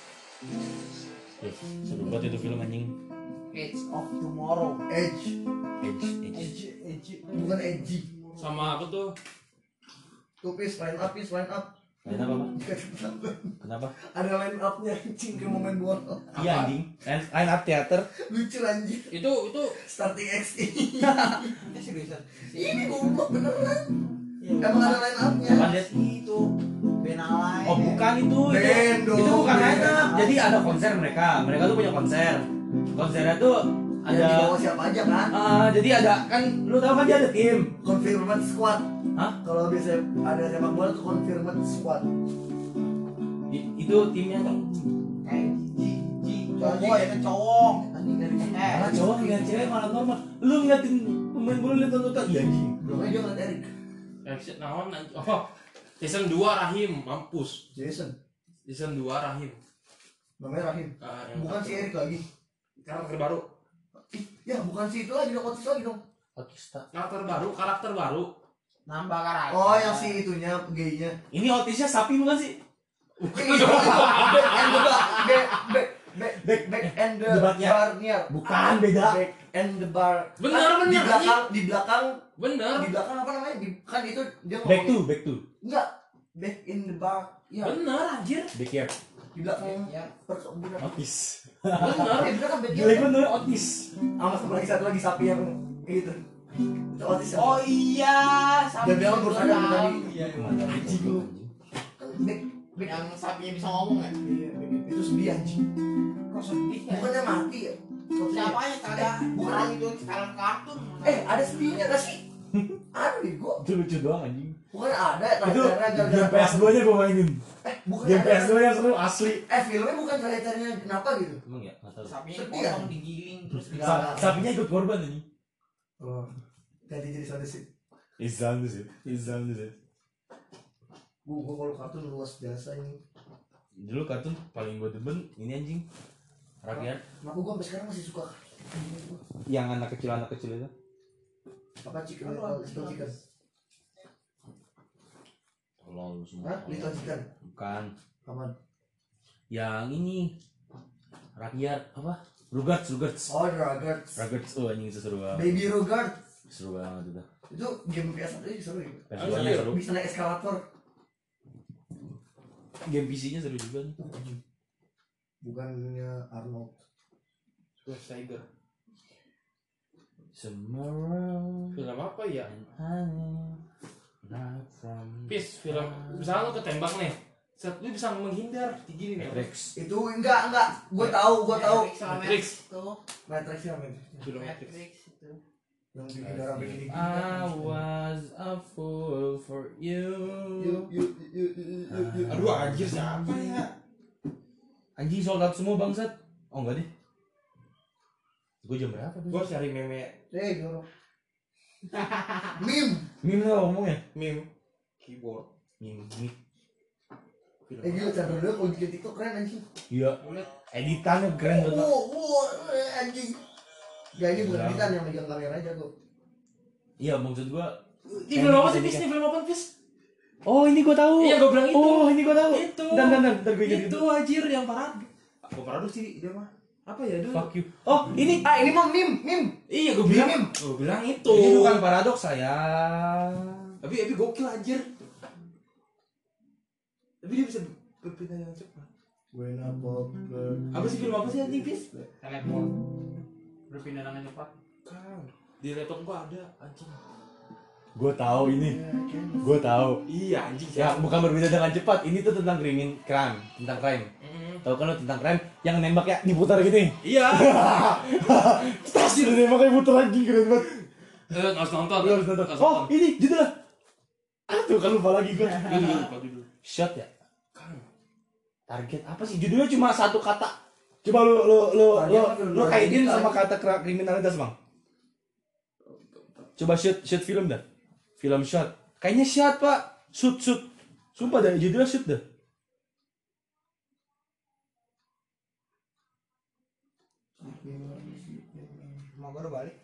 [SPEAKER 5] Seru banget itu film anjing.
[SPEAKER 4] Edge of Tomorrow.
[SPEAKER 1] Edge,
[SPEAKER 5] Edge.
[SPEAKER 1] bukan Edgy.
[SPEAKER 2] Sama apa tuh?
[SPEAKER 1] Tupis line up.
[SPEAKER 5] Kenapa, Pak? Kenapa?
[SPEAKER 1] Ada line upnya anjing kayak mau main bola.
[SPEAKER 5] Iya anjing. Line up teater.
[SPEAKER 1] Lucu anjing.
[SPEAKER 2] Itu
[SPEAKER 1] Starting XI.
[SPEAKER 4] Ini seriusan.
[SPEAKER 1] Ini goblok beneran. Emang ada line upnya.
[SPEAKER 5] Apaan dia?
[SPEAKER 4] Itu Benalai.
[SPEAKER 5] Oh bukan itu.
[SPEAKER 1] Band dong.
[SPEAKER 5] Itu bukan line up.
[SPEAKER 1] Band.
[SPEAKER 5] Jadi ada konser mereka. Mereka tuh punya konser. Konsernya tuh
[SPEAKER 1] Yang dibawa
[SPEAKER 5] ada.
[SPEAKER 1] siapa aja kan?
[SPEAKER 5] Jadi ada kan lu tahu kan dia ada tim.
[SPEAKER 1] Confirmed squad.
[SPEAKER 5] Hah?
[SPEAKER 1] Kalau biasa ada sepak bola tuh confirmed squad.
[SPEAKER 5] Itu timnya kan.
[SPEAKER 4] Kayak Ji cowok ya kan cowok.
[SPEAKER 1] Anjing dari
[SPEAKER 5] Malah cowok ngeliat cewek malah normal. Lu ngeliatin pemain bola liat tonton iya anjing.
[SPEAKER 1] Belum aja dia ngeliat Eric.
[SPEAKER 2] Exit naon anjing. Oh, season 2 Rahim mampus.
[SPEAKER 1] Jason.
[SPEAKER 2] Season 2 Rahim.
[SPEAKER 1] Namanya Rahim.
[SPEAKER 2] Yang
[SPEAKER 1] Bukan si Eric lagi.
[SPEAKER 2] karakter baru.
[SPEAKER 1] Ih, ya bukan si itu lagi dong, Otis lagi dong.
[SPEAKER 5] Otista.
[SPEAKER 2] Karakter baru.
[SPEAKER 4] Nambah karakter.
[SPEAKER 1] Oh, yang si itunya, gaynya.
[SPEAKER 5] Ini otisnya sapi bukan sih?
[SPEAKER 1] Back and the
[SPEAKER 5] Debatnya.
[SPEAKER 1] barnya.
[SPEAKER 5] Bukan, beda.
[SPEAKER 1] Back and the bar.
[SPEAKER 2] Bener,
[SPEAKER 1] Kan
[SPEAKER 2] bener,
[SPEAKER 1] Di belakang
[SPEAKER 2] Bener.
[SPEAKER 1] apa namanya? Kan itu dia
[SPEAKER 5] Back
[SPEAKER 1] ngomongin.
[SPEAKER 5] to.
[SPEAKER 1] Enggak. Back in the bar. Ya,
[SPEAKER 2] Bener anjir.
[SPEAKER 5] Backyard.
[SPEAKER 1] di belakang
[SPEAKER 4] Ya.
[SPEAKER 1] perkebunan.
[SPEAKER 5] Otis.
[SPEAKER 2] Bener.
[SPEAKER 1] Bener kan back
[SPEAKER 5] Jelek banget Otis.
[SPEAKER 1] sama lagi satu lagi sapi yang kayak gitu. Itu Otis.
[SPEAKER 4] Oh iya,
[SPEAKER 1] Dia bilang baru sadar tadi.
[SPEAKER 4] Iya,
[SPEAKER 1] Anjing lu. Kan back
[SPEAKER 4] yang sapinya bisa ngomong ya?
[SPEAKER 1] Iya, itu sedih anjing.
[SPEAKER 4] Kok sedih ya?
[SPEAKER 1] Bukannya mati ya?
[SPEAKER 4] Siapa yang kagak?
[SPEAKER 1] Bukan.
[SPEAKER 4] Orang itu film kartun.
[SPEAKER 1] Ada sedihnya gak sih? Ada nih gua.
[SPEAKER 5] Itu lucu doang anjing.
[SPEAKER 1] Bukan ada
[SPEAKER 5] Itu
[SPEAKER 1] terakhirnya
[SPEAKER 5] game PS2 nya gue mainin.
[SPEAKER 1] bukan
[SPEAKER 5] Game
[SPEAKER 1] ada.
[SPEAKER 5] PS2 yang seru asli.
[SPEAKER 1] Filmnya bukan terakhirnya kenapa gitu?
[SPEAKER 5] Emang ya? Nggak tahu.
[SPEAKER 4] Sapinya
[SPEAKER 1] Sedih,
[SPEAKER 4] dipotong,
[SPEAKER 1] kan?
[SPEAKER 4] digiling terus
[SPEAKER 1] Enggak.
[SPEAKER 5] Sapinya ikut korban anjing.
[SPEAKER 1] Oh, ganti jadi sound sih.
[SPEAKER 5] Izan sih.
[SPEAKER 1] Gua kalau kartun luas biasa ini.
[SPEAKER 5] Dulu kartun paling gue demen ini anjing. Rakyat.
[SPEAKER 1] Aku gua sampai sekarang masih suka.
[SPEAKER 5] Yang anak kecil itu.
[SPEAKER 1] Apa Little Chicken?
[SPEAKER 5] Tolong lu semua.
[SPEAKER 1] Hah? Little Chicken?
[SPEAKER 5] Bukan.
[SPEAKER 1] Aman.
[SPEAKER 5] Yang ini. Rakyat apa? Rugrats.
[SPEAKER 1] Oh, Rugrats.
[SPEAKER 5] Rugrats, oh anjing itu seru banget.
[SPEAKER 1] Baby Rugrats.
[SPEAKER 5] Seru banget itu.
[SPEAKER 1] Itu game PS1 aja seru ya.
[SPEAKER 5] PS2-nya seru.
[SPEAKER 1] Bisa naik eskalator.
[SPEAKER 5] Game PC-nya seru juga nih.
[SPEAKER 1] Bukannya Arnold.
[SPEAKER 2] Schwarzenegger.
[SPEAKER 5] Tomorrow.
[SPEAKER 2] Film apa ya?
[SPEAKER 5] Not from
[SPEAKER 2] Peace, film. Misalnya lu ketembak nih. Set lu bisa menghindar gini nih.
[SPEAKER 5] Matrix.
[SPEAKER 1] Itu enggak. Gua tahu.
[SPEAKER 2] Matrix.
[SPEAKER 1] Matrix ya, men.
[SPEAKER 2] Film Matrix.
[SPEAKER 4] itu.
[SPEAKER 1] Yang bikin orang begini.
[SPEAKER 5] I was a fool for you.
[SPEAKER 2] Aduh anjir siapa ya?
[SPEAKER 5] Anjing sold out semua bangsat. Oh enggak deh. Gue jam berapa tuh?
[SPEAKER 2] Gua cari meme
[SPEAKER 1] Jorok. Meme.
[SPEAKER 5] Meme lah ngomongnya.
[SPEAKER 2] meme keyboard.
[SPEAKER 5] Meme.
[SPEAKER 1] Gila cadar dulu kalau bikin TikTok keren anjing.
[SPEAKER 5] Iya. Editannya keren banget.
[SPEAKER 1] Anjing. Ya ini bukan editan yang megang kamera aja kok.
[SPEAKER 5] Iya maksud gua.
[SPEAKER 2] Ini film apa sih, Fis? Ini film apa, Fis?
[SPEAKER 5] Oh ini gua tahu.
[SPEAKER 2] Iya, gua bilang itu.
[SPEAKER 5] Oh ini gua tahu.
[SPEAKER 2] Itu.
[SPEAKER 5] Dan gua ingat
[SPEAKER 2] Itu anjir yang parado. Kok parado sih dia mah? Apa ya dulu?
[SPEAKER 5] Fuck you. Oh ini.
[SPEAKER 1] Ini mah meme.
[SPEAKER 2] Iya, gua bilang.
[SPEAKER 1] Meme.
[SPEAKER 2] Gua bilang itu.
[SPEAKER 5] Ini bukan paradoks sayang.
[SPEAKER 2] Tapi gokil anjir. Tapi dia bisa berpindah dengan cepat.
[SPEAKER 1] When I pop
[SPEAKER 2] Apa sih film apa sih anjing, Fis?
[SPEAKER 4] Teleport. Berpindah dengan cepat.
[SPEAKER 2] Kang, di laptop gua ada anjing.
[SPEAKER 5] Gua tahu ini. Gua tahu.
[SPEAKER 2] Iya anjing.
[SPEAKER 5] Ya bukan berbeda dengan cepat. Ini tuh tentang crime, tentang crime. Tahu kan lo tentang crime yang nembak ya diputar gini.
[SPEAKER 2] Iya.
[SPEAKER 5] Pasti udah nembaknya putar anjing keren banget.
[SPEAKER 2] Harus nonton.
[SPEAKER 5] Lu harus nonton. Oh ini judulnya. Aduh kan lupa lagi gua.
[SPEAKER 2] Dulu.
[SPEAKER 5] Shot ya.
[SPEAKER 2] Kang.
[SPEAKER 5] Target apa sih? Judulnya cuma satu kata. Coba lu kaitin sama kata kriminalitas, Bang. Coba shoot film dah. Film shot. Kayaknya shot, Pak. Shoot. Sumpah dah judulnya shoot dah.
[SPEAKER 1] Mau baru balik.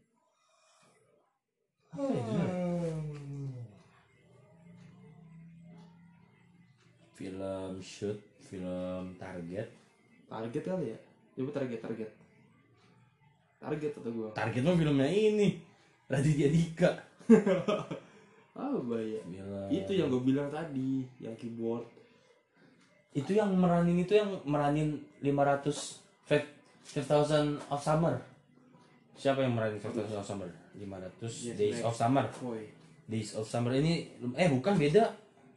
[SPEAKER 5] Film shoot, film target.
[SPEAKER 2] Target kali ya? Coba target. Target atau gua?
[SPEAKER 5] Target mah filmnya ini. Raditya Dika.
[SPEAKER 2] Oh bahaya.
[SPEAKER 5] Film.
[SPEAKER 2] Itu yang gua bilang tadi, yang keyboard.
[SPEAKER 5] Itu yang meranin 500 5000 of Summer. Siapa yang meranin 5000 of Summer? 500
[SPEAKER 2] Yes,
[SPEAKER 5] Days
[SPEAKER 2] next.
[SPEAKER 5] of Summer.
[SPEAKER 2] Boy.
[SPEAKER 5] Days of Summer ini bukan beda.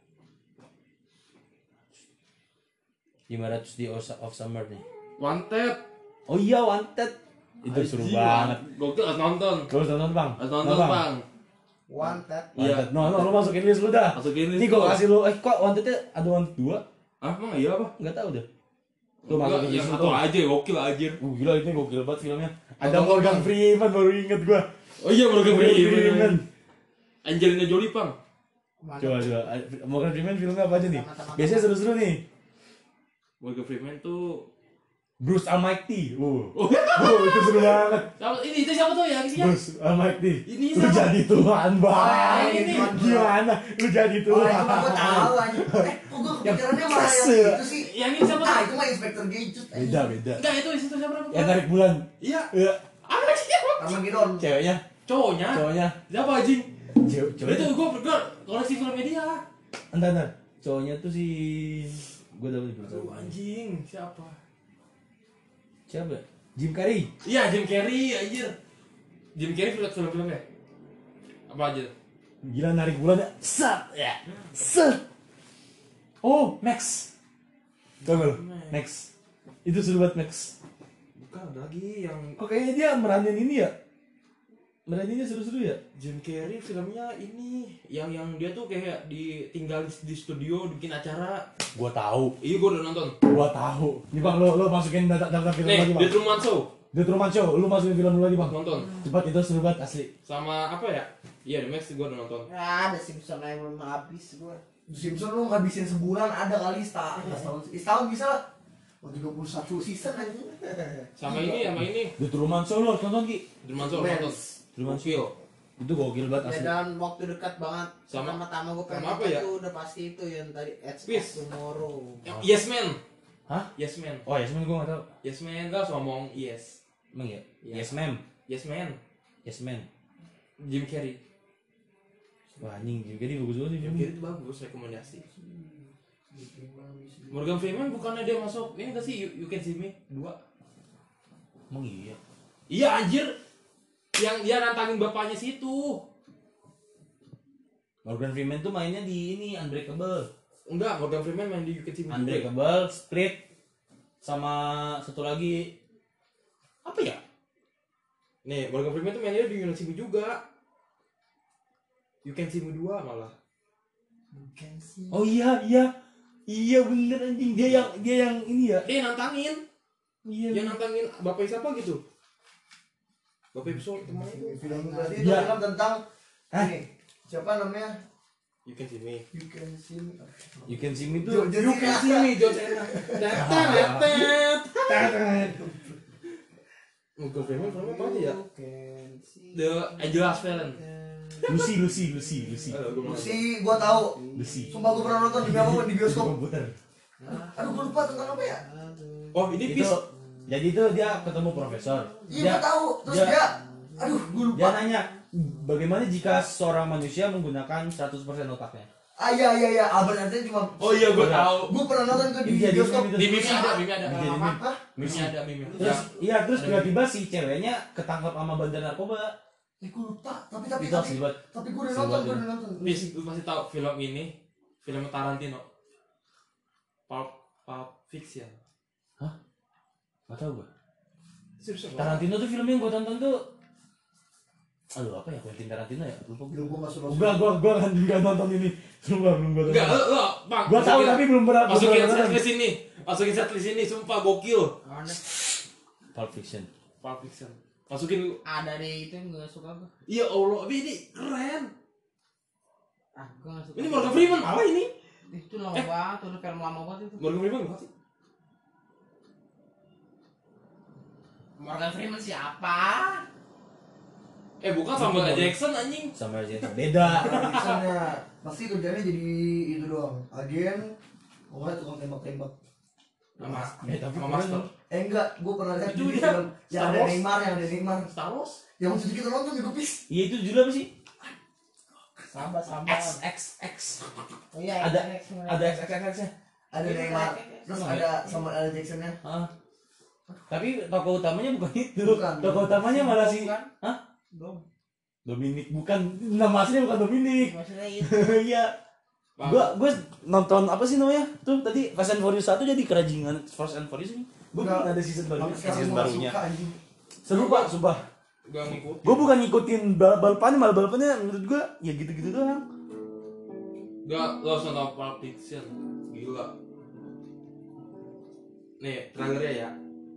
[SPEAKER 5] 500 Days of Summer nih.
[SPEAKER 2] Wanted.
[SPEAKER 5] Oh iya Wanted. Itu seru
[SPEAKER 2] Anjing,
[SPEAKER 5] banget.
[SPEAKER 2] Gokil harus nonton.
[SPEAKER 5] Kau harus nonton Bang.
[SPEAKER 2] Harus nonton,
[SPEAKER 5] Nah,
[SPEAKER 2] Bang.
[SPEAKER 1] Wanted.
[SPEAKER 2] Iya.
[SPEAKER 5] Wanted. No, lu masukin list lu dah.
[SPEAKER 2] Masukin list
[SPEAKER 5] Ini gua
[SPEAKER 2] lu.
[SPEAKER 5] kasih lu. Kok Wanted-nya ada Wanted 2?
[SPEAKER 2] Ah, emang iya apa?
[SPEAKER 5] Enggak tahu deh. Lu
[SPEAKER 2] Enggak,
[SPEAKER 5] masukin
[SPEAKER 2] yang
[SPEAKER 5] list
[SPEAKER 2] satu
[SPEAKER 5] lu.
[SPEAKER 2] aja gokil anjir.
[SPEAKER 5] Gila ini gokil banget filmnya. Ada
[SPEAKER 2] Nonton,
[SPEAKER 5] Morgan
[SPEAKER 2] Bang.
[SPEAKER 5] Freeman baru inget gua.
[SPEAKER 2] Oh iya, Morgan Freeman.
[SPEAKER 5] Freeman.
[SPEAKER 2] Angelina Jolie, Pang.
[SPEAKER 5] Coba. Morgan Freeman filmnya apa aja nih? Biasanya seru-seru nih.
[SPEAKER 2] Morgan Freeman tuh
[SPEAKER 5] Bruce Almighty. Itu seru banget.
[SPEAKER 2] siapa? Itu siapa tuh ya? Isinya?
[SPEAKER 5] Bruce Almighty.
[SPEAKER 2] Ini
[SPEAKER 5] Lu
[SPEAKER 2] siapa?
[SPEAKER 5] jadi Tuhan, Bang.
[SPEAKER 2] ini.
[SPEAKER 5] Gimana? Lu jadi
[SPEAKER 1] Oh,
[SPEAKER 5] Tuhan.
[SPEAKER 1] itu mah gua tahu anjing. Kok gua kepikirannya malah yang
[SPEAKER 5] fase.
[SPEAKER 1] itu sih.
[SPEAKER 2] Yang ini siapa tuh?
[SPEAKER 1] Itu mah Inspektur Gadget.
[SPEAKER 5] Beda.
[SPEAKER 2] Enggak, itu siapa namanya?
[SPEAKER 5] Yang tarik bulan.
[SPEAKER 2] Iya.
[SPEAKER 5] Iya.
[SPEAKER 2] Apa sih siapa?
[SPEAKER 1] Armageddon.
[SPEAKER 5] Ceweknya.
[SPEAKER 2] Cowoknya.
[SPEAKER 5] Siapa
[SPEAKER 2] anjing?
[SPEAKER 5] Cewek.
[SPEAKER 2] Itu gua koleksi filmnya dia.
[SPEAKER 5] Entar. Cowoknya tuh si gue tahu
[SPEAKER 2] Aduh anjing, siapa?
[SPEAKER 5] Siapa? Jim Carrey.
[SPEAKER 2] Iya, Jim Carrey anjir. Jim Carrey film-filmnya. Apa aja?
[SPEAKER 5] Gila narik bulannya. Set ya. Set. Oh, Max. Tahu gak lo? Max. Itu seru banget Max.
[SPEAKER 2] Bukan, ada lagi yang
[SPEAKER 5] Kok kayaknya dia meranin ini ya? Meraninnya seru-seru ya?
[SPEAKER 2] Jim Carrey filmnya ini yang dia tuh kayak ditinggal di studio bikin acara.
[SPEAKER 5] Gua tahu.
[SPEAKER 2] Iya, gua udah nonton.
[SPEAKER 5] Gua tahu. Nih Bang, lo masukin daftar film
[SPEAKER 2] Nih,
[SPEAKER 5] lagi, Bang.
[SPEAKER 2] The Truman Show.
[SPEAKER 5] The Truman Show, lu masukin film lu lagi bang.
[SPEAKER 2] Nonton.
[SPEAKER 5] Cepat itu seru banget asli.
[SPEAKER 2] Sama apa ya? Iya, The Max gue udah nonton.
[SPEAKER 4] Ya, ada Simpson yang belum habis gua.
[SPEAKER 1] Simpson lu ngabisin sebulan ada kali setahun bisa lah. Oh, 31 season aja.
[SPEAKER 2] Sama ini.
[SPEAKER 5] The Truman Show lu harus nonton Ki.
[SPEAKER 2] Truman Show nonton.
[SPEAKER 5] Truman
[SPEAKER 2] Show.
[SPEAKER 5] Itu gokil banget
[SPEAKER 4] Ya
[SPEAKER 5] asli.
[SPEAKER 4] dan waktu dekat banget.
[SPEAKER 2] Sama-
[SPEAKER 4] Pertama gua pengen
[SPEAKER 2] sama apa
[SPEAKER 4] nonton
[SPEAKER 2] ya?
[SPEAKER 4] tuh udah pasti itu yang tadi Edge of
[SPEAKER 2] Peace.
[SPEAKER 4] Tomorrow.
[SPEAKER 2] Yes Man.
[SPEAKER 5] Hah?
[SPEAKER 2] Yes Man.
[SPEAKER 5] Oh ya sebenernya gue gak tau.
[SPEAKER 2] Yes Man kan harus ngomong yes.
[SPEAKER 5] Emang ya?
[SPEAKER 2] Iya.
[SPEAKER 5] Yes ma'am.
[SPEAKER 2] Yes Man.
[SPEAKER 5] Yes man.
[SPEAKER 2] Jim Carrey.
[SPEAKER 5] Wah anjing juga dia bagus banget sih
[SPEAKER 2] Jim
[SPEAKER 5] filmnya.
[SPEAKER 2] Carrey itu bagus, rekomendasi. Morgan Freeman bukannya dia masuk ini gak sih You Can See Me 2?
[SPEAKER 5] Emang iya.
[SPEAKER 2] Iya anjir. Yang dia nantangin bapaknya situ.
[SPEAKER 5] Morgan Freeman tuh mainnya di ini Unbreakable.
[SPEAKER 2] Enggak, Morgan Freeman main di You Can See Me 2.
[SPEAKER 5] Unbreakable, Split, sama satu lagi
[SPEAKER 2] Apa ya? Nih, Morgan Freeman tuh mainnya di You Can See Me juga. You Can See Me 2 malah.
[SPEAKER 5] oh iya bener anjing dia yang ini ya
[SPEAKER 2] Dia nantangin.
[SPEAKER 5] iya
[SPEAKER 2] Dia nantangin bapak siapa gitu. Bapak episode temannya itu.
[SPEAKER 1] Film berarti itu
[SPEAKER 5] Ya.
[SPEAKER 1] film tentang
[SPEAKER 5] Hah?
[SPEAKER 1] ini. Siapa namanya?
[SPEAKER 2] You Can See Me.
[SPEAKER 1] You Can See Me.
[SPEAKER 5] You Can See Me tuh
[SPEAKER 1] You Can See
[SPEAKER 2] Me, John Cena. Morgan Freeman filmnya apa aja ya? The Angelus Fallen.
[SPEAKER 5] Lucy
[SPEAKER 2] Aduh, gua mau-
[SPEAKER 1] Si gua tahu.
[SPEAKER 5] Lucy
[SPEAKER 1] Sumpah gua pernah nonton di apa di bioskop.
[SPEAKER 5] komputer
[SPEAKER 1] Aduh gua lupa tentang apa ya?
[SPEAKER 2] Oh, ini
[SPEAKER 5] itu
[SPEAKER 2] Peace.
[SPEAKER 5] jadi itu dia ketemu profesor
[SPEAKER 1] Iya gua tahu. Terus
[SPEAKER 5] dia-
[SPEAKER 1] dia aduh gua lupa.
[SPEAKER 5] dia nanya bagaimana jika seorang manusia menggunakan 100% otaknya.
[SPEAKER 1] Iya. Albert Einstein cuma.
[SPEAKER 2] Oh iya, gua tahu.
[SPEAKER 1] Gua pernah nonton ke di
[SPEAKER 5] Iya, di
[SPEAKER 1] bioskop.
[SPEAKER 5] film itu.
[SPEAKER 2] Di meme ada.
[SPEAKER 5] Jadi
[SPEAKER 1] Hah?
[SPEAKER 2] Meme ada meme.
[SPEAKER 5] terus iya terus tiba-tiba si ceweknya ketangkap sama bandar narkoba.
[SPEAKER 1] Gua lupa. Tapi
[SPEAKER 5] Itu asli banget.
[SPEAKER 1] tapi gua udah
[SPEAKER 5] Asli
[SPEAKER 1] nonton,
[SPEAKER 5] banget,
[SPEAKER 1] gua udah nonton.
[SPEAKER 2] Peace, lu pasti tahu film ini, film Tarantino. Pulp Fiction.
[SPEAKER 5] Gak tau gue.
[SPEAKER 2] Serius apa?
[SPEAKER 5] Tarantino tuh film yang gue tonton tuh aduh apa ya Quentin Tarantino ya lupa gue.
[SPEAKER 1] Belum gua masuk.
[SPEAKER 5] Gue kan juga nonton ini belum gue
[SPEAKER 2] Enggak, lo, Bang.
[SPEAKER 5] gue tahu tapi belum pernah
[SPEAKER 2] masukin
[SPEAKER 5] belum pernah nonton.
[SPEAKER 2] setlist ini. Masukin setlist ini, sumpah gokil.
[SPEAKER 5] Pulp Fiction.
[SPEAKER 2] Pulp Fiction. Masukin.
[SPEAKER 4] Ada deh itu yang gak suka gua.
[SPEAKER 2] Iya Allah, tapi ini keren.
[SPEAKER 4] Gua gak suka.
[SPEAKER 2] Ini Morgan Freeman malah ini.
[SPEAKER 4] Itu lama banget, udah film lama banget itu.
[SPEAKER 2] Morgan Freeman bukan sih?
[SPEAKER 4] Morgan Freeman siapa?
[SPEAKER 2] Bukan Samuel L. Jackson anjing.
[SPEAKER 5] Samuel Jackson beda.
[SPEAKER 1] Misalnya pasti kerjanya jadi itu doang. Agen. Pokoknya tukang tembak-tembak.
[SPEAKER 2] Sama
[SPEAKER 5] Tapi
[SPEAKER 2] sama Master.
[SPEAKER 1] Enggak, gue pernah lihat
[SPEAKER 2] Itu
[SPEAKER 1] di
[SPEAKER 2] dia.
[SPEAKER 1] film yang
[SPEAKER 2] Star
[SPEAKER 1] ada
[SPEAKER 2] Wars.
[SPEAKER 1] Neymar.
[SPEAKER 2] Star Wars.
[SPEAKER 1] Yang waktu itu kita nonton di Gupis.
[SPEAKER 5] Iya itu judul apa sih?
[SPEAKER 4] Sabar.
[SPEAKER 5] XXX.
[SPEAKER 4] Oh iya,
[SPEAKER 5] Ada
[SPEAKER 4] X,
[SPEAKER 5] ada XXX nya.
[SPEAKER 1] Ada Neymar. Terus ada Samuel L. Jackson-nya.
[SPEAKER 5] Tapi tokoh utamanya bukan itu.
[SPEAKER 1] Bukan.
[SPEAKER 5] Tokoh utamanya malah si
[SPEAKER 4] Bukan.
[SPEAKER 5] Hah?
[SPEAKER 4] Dom.
[SPEAKER 5] Dominic bukan nama aslinya bukan Dominic.
[SPEAKER 4] Maksudnya itu.
[SPEAKER 5] Iya. Gue nonton apa sih namanya? Tuh tadi Fast and Furious 1 jadi kerajingan Fast and Furious ini. Gue
[SPEAKER 1] Enggak.
[SPEAKER 5] ada season barunya,
[SPEAKER 1] Sampai sekarang
[SPEAKER 5] season
[SPEAKER 1] gua
[SPEAKER 5] barunya.
[SPEAKER 1] suka anjing.
[SPEAKER 5] Seru Pak, sumpah.
[SPEAKER 2] Gak ngikut.
[SPEAKER 5] Gue bukan ngikutin balapannya, malah balapannya menurut gue ya gitu-gitu doang.
[SPEAKER 2] Gak, lo harus nonton Pulp Fiction. Gila. Nih, trailernya ya.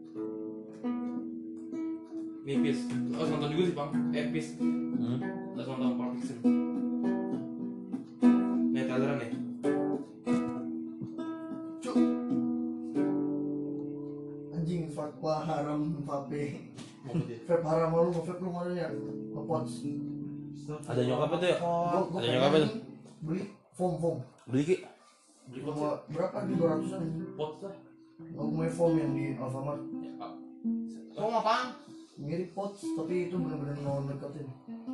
[SPEAKER 2] Nih, Peace. Lo harus nonton juga sih, Bang. Peace. Lo harus nonton Pulp Fiction. Nih, trailernya nih.
[SPEAKER 1] Cuk. Anjing fatwa haram vape.
[SPEAKER 2] Apa dia?
[SPEAKER 1] Vape haram lu, vape lu mana ya? Ngepots.
[SPEAKER 5] Ada nyokapnya tuh ya?
[SPEAKER 1] Gua
[SPEAKER 5] Ada nyokapnya tuh?
[SPEAKER 1] beli foam.
[SPEAKER 5] Beli Ki.
[SPEAKER 2] Beli pot sih?
[SPEAKER 1] Berapa di 200-an anjing.
[SPEAKER 2] Pot lah.
[SPEAKER 1] Aku punya foam yang di Alfamart.
[SPEAKER 4] Kok apaan?
[SPEAKER 1] Mirip pots, tapi itu bener-bener no nikotin.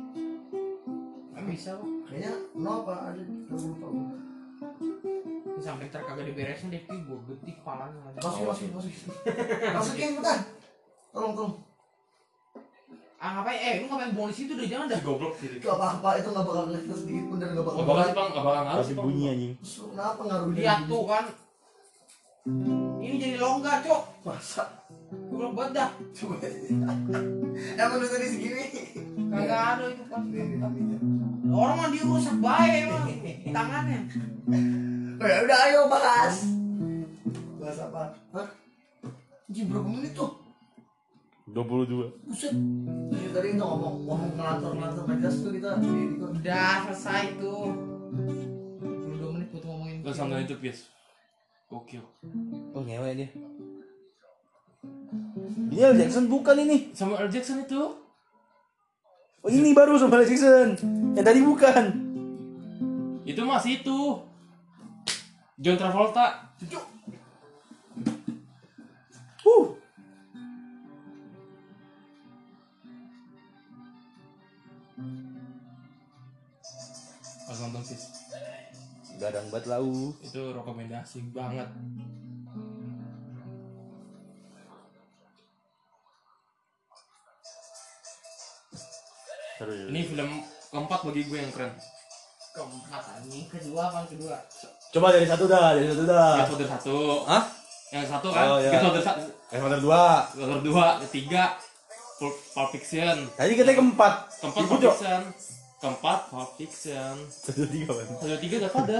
[SPEAKER 4] Bisa kok.
[SPEAKER 1] Kayaknya no apa ada, aku lupa.
[SPEAKER 4] Sampai terkagak diberesin deh, gue getik kepalanya.
[SPEAKER 1] Masukin. Masukin bentar. Tolong.
[SPEAKER 4] Ngapain? Lu ngapain buang di situ deh, jangan dah.
[SPEAKER 2] Si goblok sih.
[SPEAKER 1] Gak apa-apa, itu gak bakal kelihatan sedikit pun dan gak bakal.
[SPEAKER 2] Gak bakal sih, Bang. Gak bakal ngaruh
[SPEAKER 5] Tapi
[SPEAKER 2] sih, Bang.
[SPEAKER 5] bunyi anjing.
[SPEAKER 1] Terus lu kenapa ngaruh dia?
[SPEAKER 4] Lihat tuh kan. Ini jadi longgar, Cok.
[SPEAKER 1] Masa?
[SPEAKER 4] Goblok banget dah.
[SPEAKER 1] Coba. Emang lu tadi segini?
[SPEAKER 4] Kagak ada itu pas.
[SPEAKER 1] Nih.
[SPEAKER 4] Orang mah dirusak baik emang tangannya.
[SPEAKER 1] Oh ya udah ayo bahas. Bahas apa? Hah? Anjing berapa menit tuh?
[SPEAKER 5] 22.
[SPEAKER 1] Buset. Ini tadi itu ngomong ngelantur nggak jelas tuh kita di kok.
[SPEAKER 4] Udah selesai tuh. 22 menit buat ngomongin.
[SPEAKER 2] Terus sambil itu Pies. Gokil.
[SPEAKER 5] Oh ngewe dia. Ini Al Jackson bukan ini.
[SPEAKER 2] Samuel L. Jackson itu.
[SPEAKER 5] Oh ini baru Samuel L. Jackson. Yang tadi bukan.
[SPEAKER 2] Itu masih itu. John Travolta. Harus nonton sih.
[SPEAKER 5] Gadang banget lau.
[SPEAKER 2] Itu rekomendasi banget. Ini film keempat bagi gue yang keren.
[SPEAKER 4] Keempat ini kedua apa kedua?
[SPEAKER 5] Coba dari satu dah.
[SPEAKER 2] Godfather 1.
[SPEAKER 5] Hah?
[SPEAKER 2] Yang satu kan?
[SPEAKER 5] Oh, iya.
[SPEAKER 2] Godfather 1.
[SPEAKER 5] Godfather 2.
[SPEAKER 2] Godfather 2, ketiga Pulp Fiction.
[SPEAKER 5] Tadi katanya keempat.
[SPEAKER 2] Keempat
[SPEAKER 5] Ibu,
[SPEAKER 2] Pulp
[SPEAKER 5] Cok.
[SPEAKER 2] Fiction. Keempat Pulp Fiction.
[SPEAKER 5] 1, 2, 3 kan.
[SPEAKER 2] 1, 3 Godfather.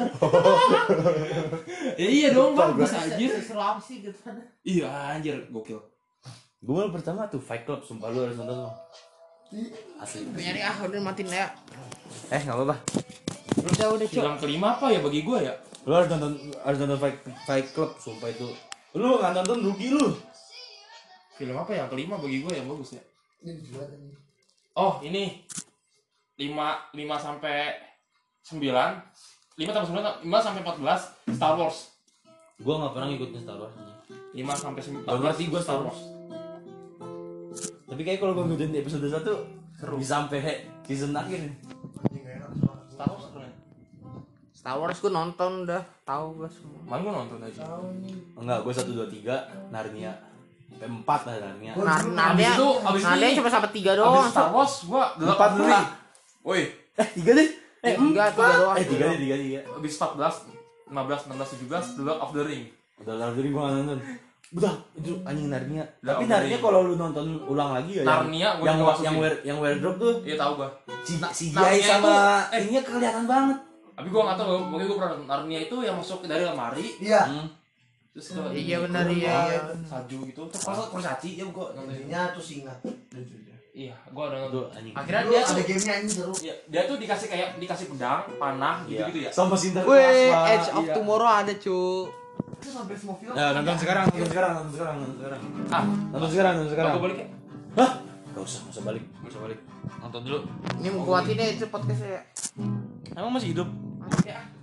[SPEAKER 2] Ya iya dong, Bang. Masa anjir.
[SPEAKER 4] Seru apa sih gitu?
[SPEAKER 2] Iya anjir, gokil.
[SPEAKER 5] Gue malah pertama tuh Fight Club, sumpah lu harus nonton lo. Asli.
[SPEAKER 4] Nyari udah matiin ya.
[SPEAKER 5] Enggak apa-apa.
[SPEAKER 4] Udah Cok.
[SPEAKER 2] Film kelima apa ya bagi gue ya?
[SPEAKER 5] Lu harus nonton Fight Club, sumpah itu. Lu enggak nonton rugi lu.
[SPEAKER 2] Film apa yang kelima bagi gue yang bagus ya?
[SPEAKER 1] Ini dibuat ini.
[SPEAKER 2] Oh, ini 5 sampai 9. 5 sampai 9, 5 sampai 14 Star Wars.
[SPEAKER 5] Gua enggak pernah ngikutin Star Wars.
[SPEAKER 2] 5 sampai 14
[SPEAKER 5] Gak ngerti gua Star Wars. Tapi kayak kalau gua ngikutin episode 1 seru bisa sampai season akhir nih.
[SPEAKER 1] Ini nggak enak soalnya.
[SPEAKER 2] Star Wars seru ya?
[SPEAKER 4] Star Wars gue nonton udah tahu gue semua.
[SPEAKER 2] Mana gue nonton aja.
[SPEAKER 5] Enggak, gua 1 2 3 Narnia. Sampai 4 lah Narnia.
[SPEAKER 4] Narnia
[SPEAKER 2] abis
[SPEAKER 4] cuma sampai 3
[SPEAKER 2] Abis
[SPEAKER 4] doang.
[SPEAKER 2] Star Wars gue
[SPEAKER 5] 4 dulu.
[SPEAKER 2] Woi,
[SPEAKER 5] 3 deh.
[SPEAKER 4] 3 doang.
[SPEAKER 5] 3 deh.
[SPEAKER 2] abis 14 15 16 17 The Lord of the Ring.
[SPEAKER 5] Udah lari gua nggak nonton. Udah, itu anjing Narnia.
[SPEAKER 2] Udah,
[SPEAKER 5] Tapi
[SPEAKER 2] udah,
[SPEAKER 5] Narnia
[SPEAKER 2] iya.
[SPEAKER 5] kalau lu nonton ulang lagi ya
[SPEAKER 2] Narnia gua juga masukin.
[SPEAKER 5] yang wardrobe tuh
[SPEAKER 2] Iya tahu gue.
[SPEAKER 5] CGI
[SPEAKER 2] Narnia
[SPEAKER 5] sama
[SPEAKER 2] itu-
[SPEAKER 5] ininya kelihatan banget.
[SPEAKER 2] Tapi gue nggak tahu, mungkin gue pernah nonton Narnia itu yang masuk dari lemari,
[SPEAKER 1] Iya.
[SPEAKER 2] terus ke
[SPEAKER 4] Iya benar iya.
[SPEAKER 2] salju gitu. Terus kalau kurcaci ya gue nonton.
[SPEAKER 1] Ininya tuh singa.
[SPEAKER 2] Iya, gue udah nonton.
[SPEAKER 5] Tuh anjing.
[SPEAKER 2] Akhirnya
[SPEAKER 1] Dulu
[SPEAKER 2] dia
[SPEAKER 1] ada
[SPEAKER 2] tuh,
[SPEAKER 1] gamenya ini seru.
[SPEAKER 2] ya, dia tuh dikasih pedang, panah gitu ya.
[SPEAKER 5] Sama Sinterklas.
[SPEAKER 4] Weh,
[SPEAKER 5] Pak.
[SPEAKER 4] Edge of
[SPEAKER 5] Iya.
[SPEAKER 4] Tomorrow ada cu.
[SPEAKER 1] Itu sampai semua film.
[SPEAKER 5] Ya, nonton sekarang.
[SPEAKER 2] Ah,
[SPEAKER 5] Nonton sekarang.
[SPEAKER 2] gue balik ya.
[SPEAKER 5] Hah? Gak usah balik.
[SPEAKER 2] Nonton dulu.
[SPEAKER 4] Ini mau kuatin deh itu podcastnya ya.
[SPEAKER 5] Emang masih hidup?
[SPEAKER 2] Ya.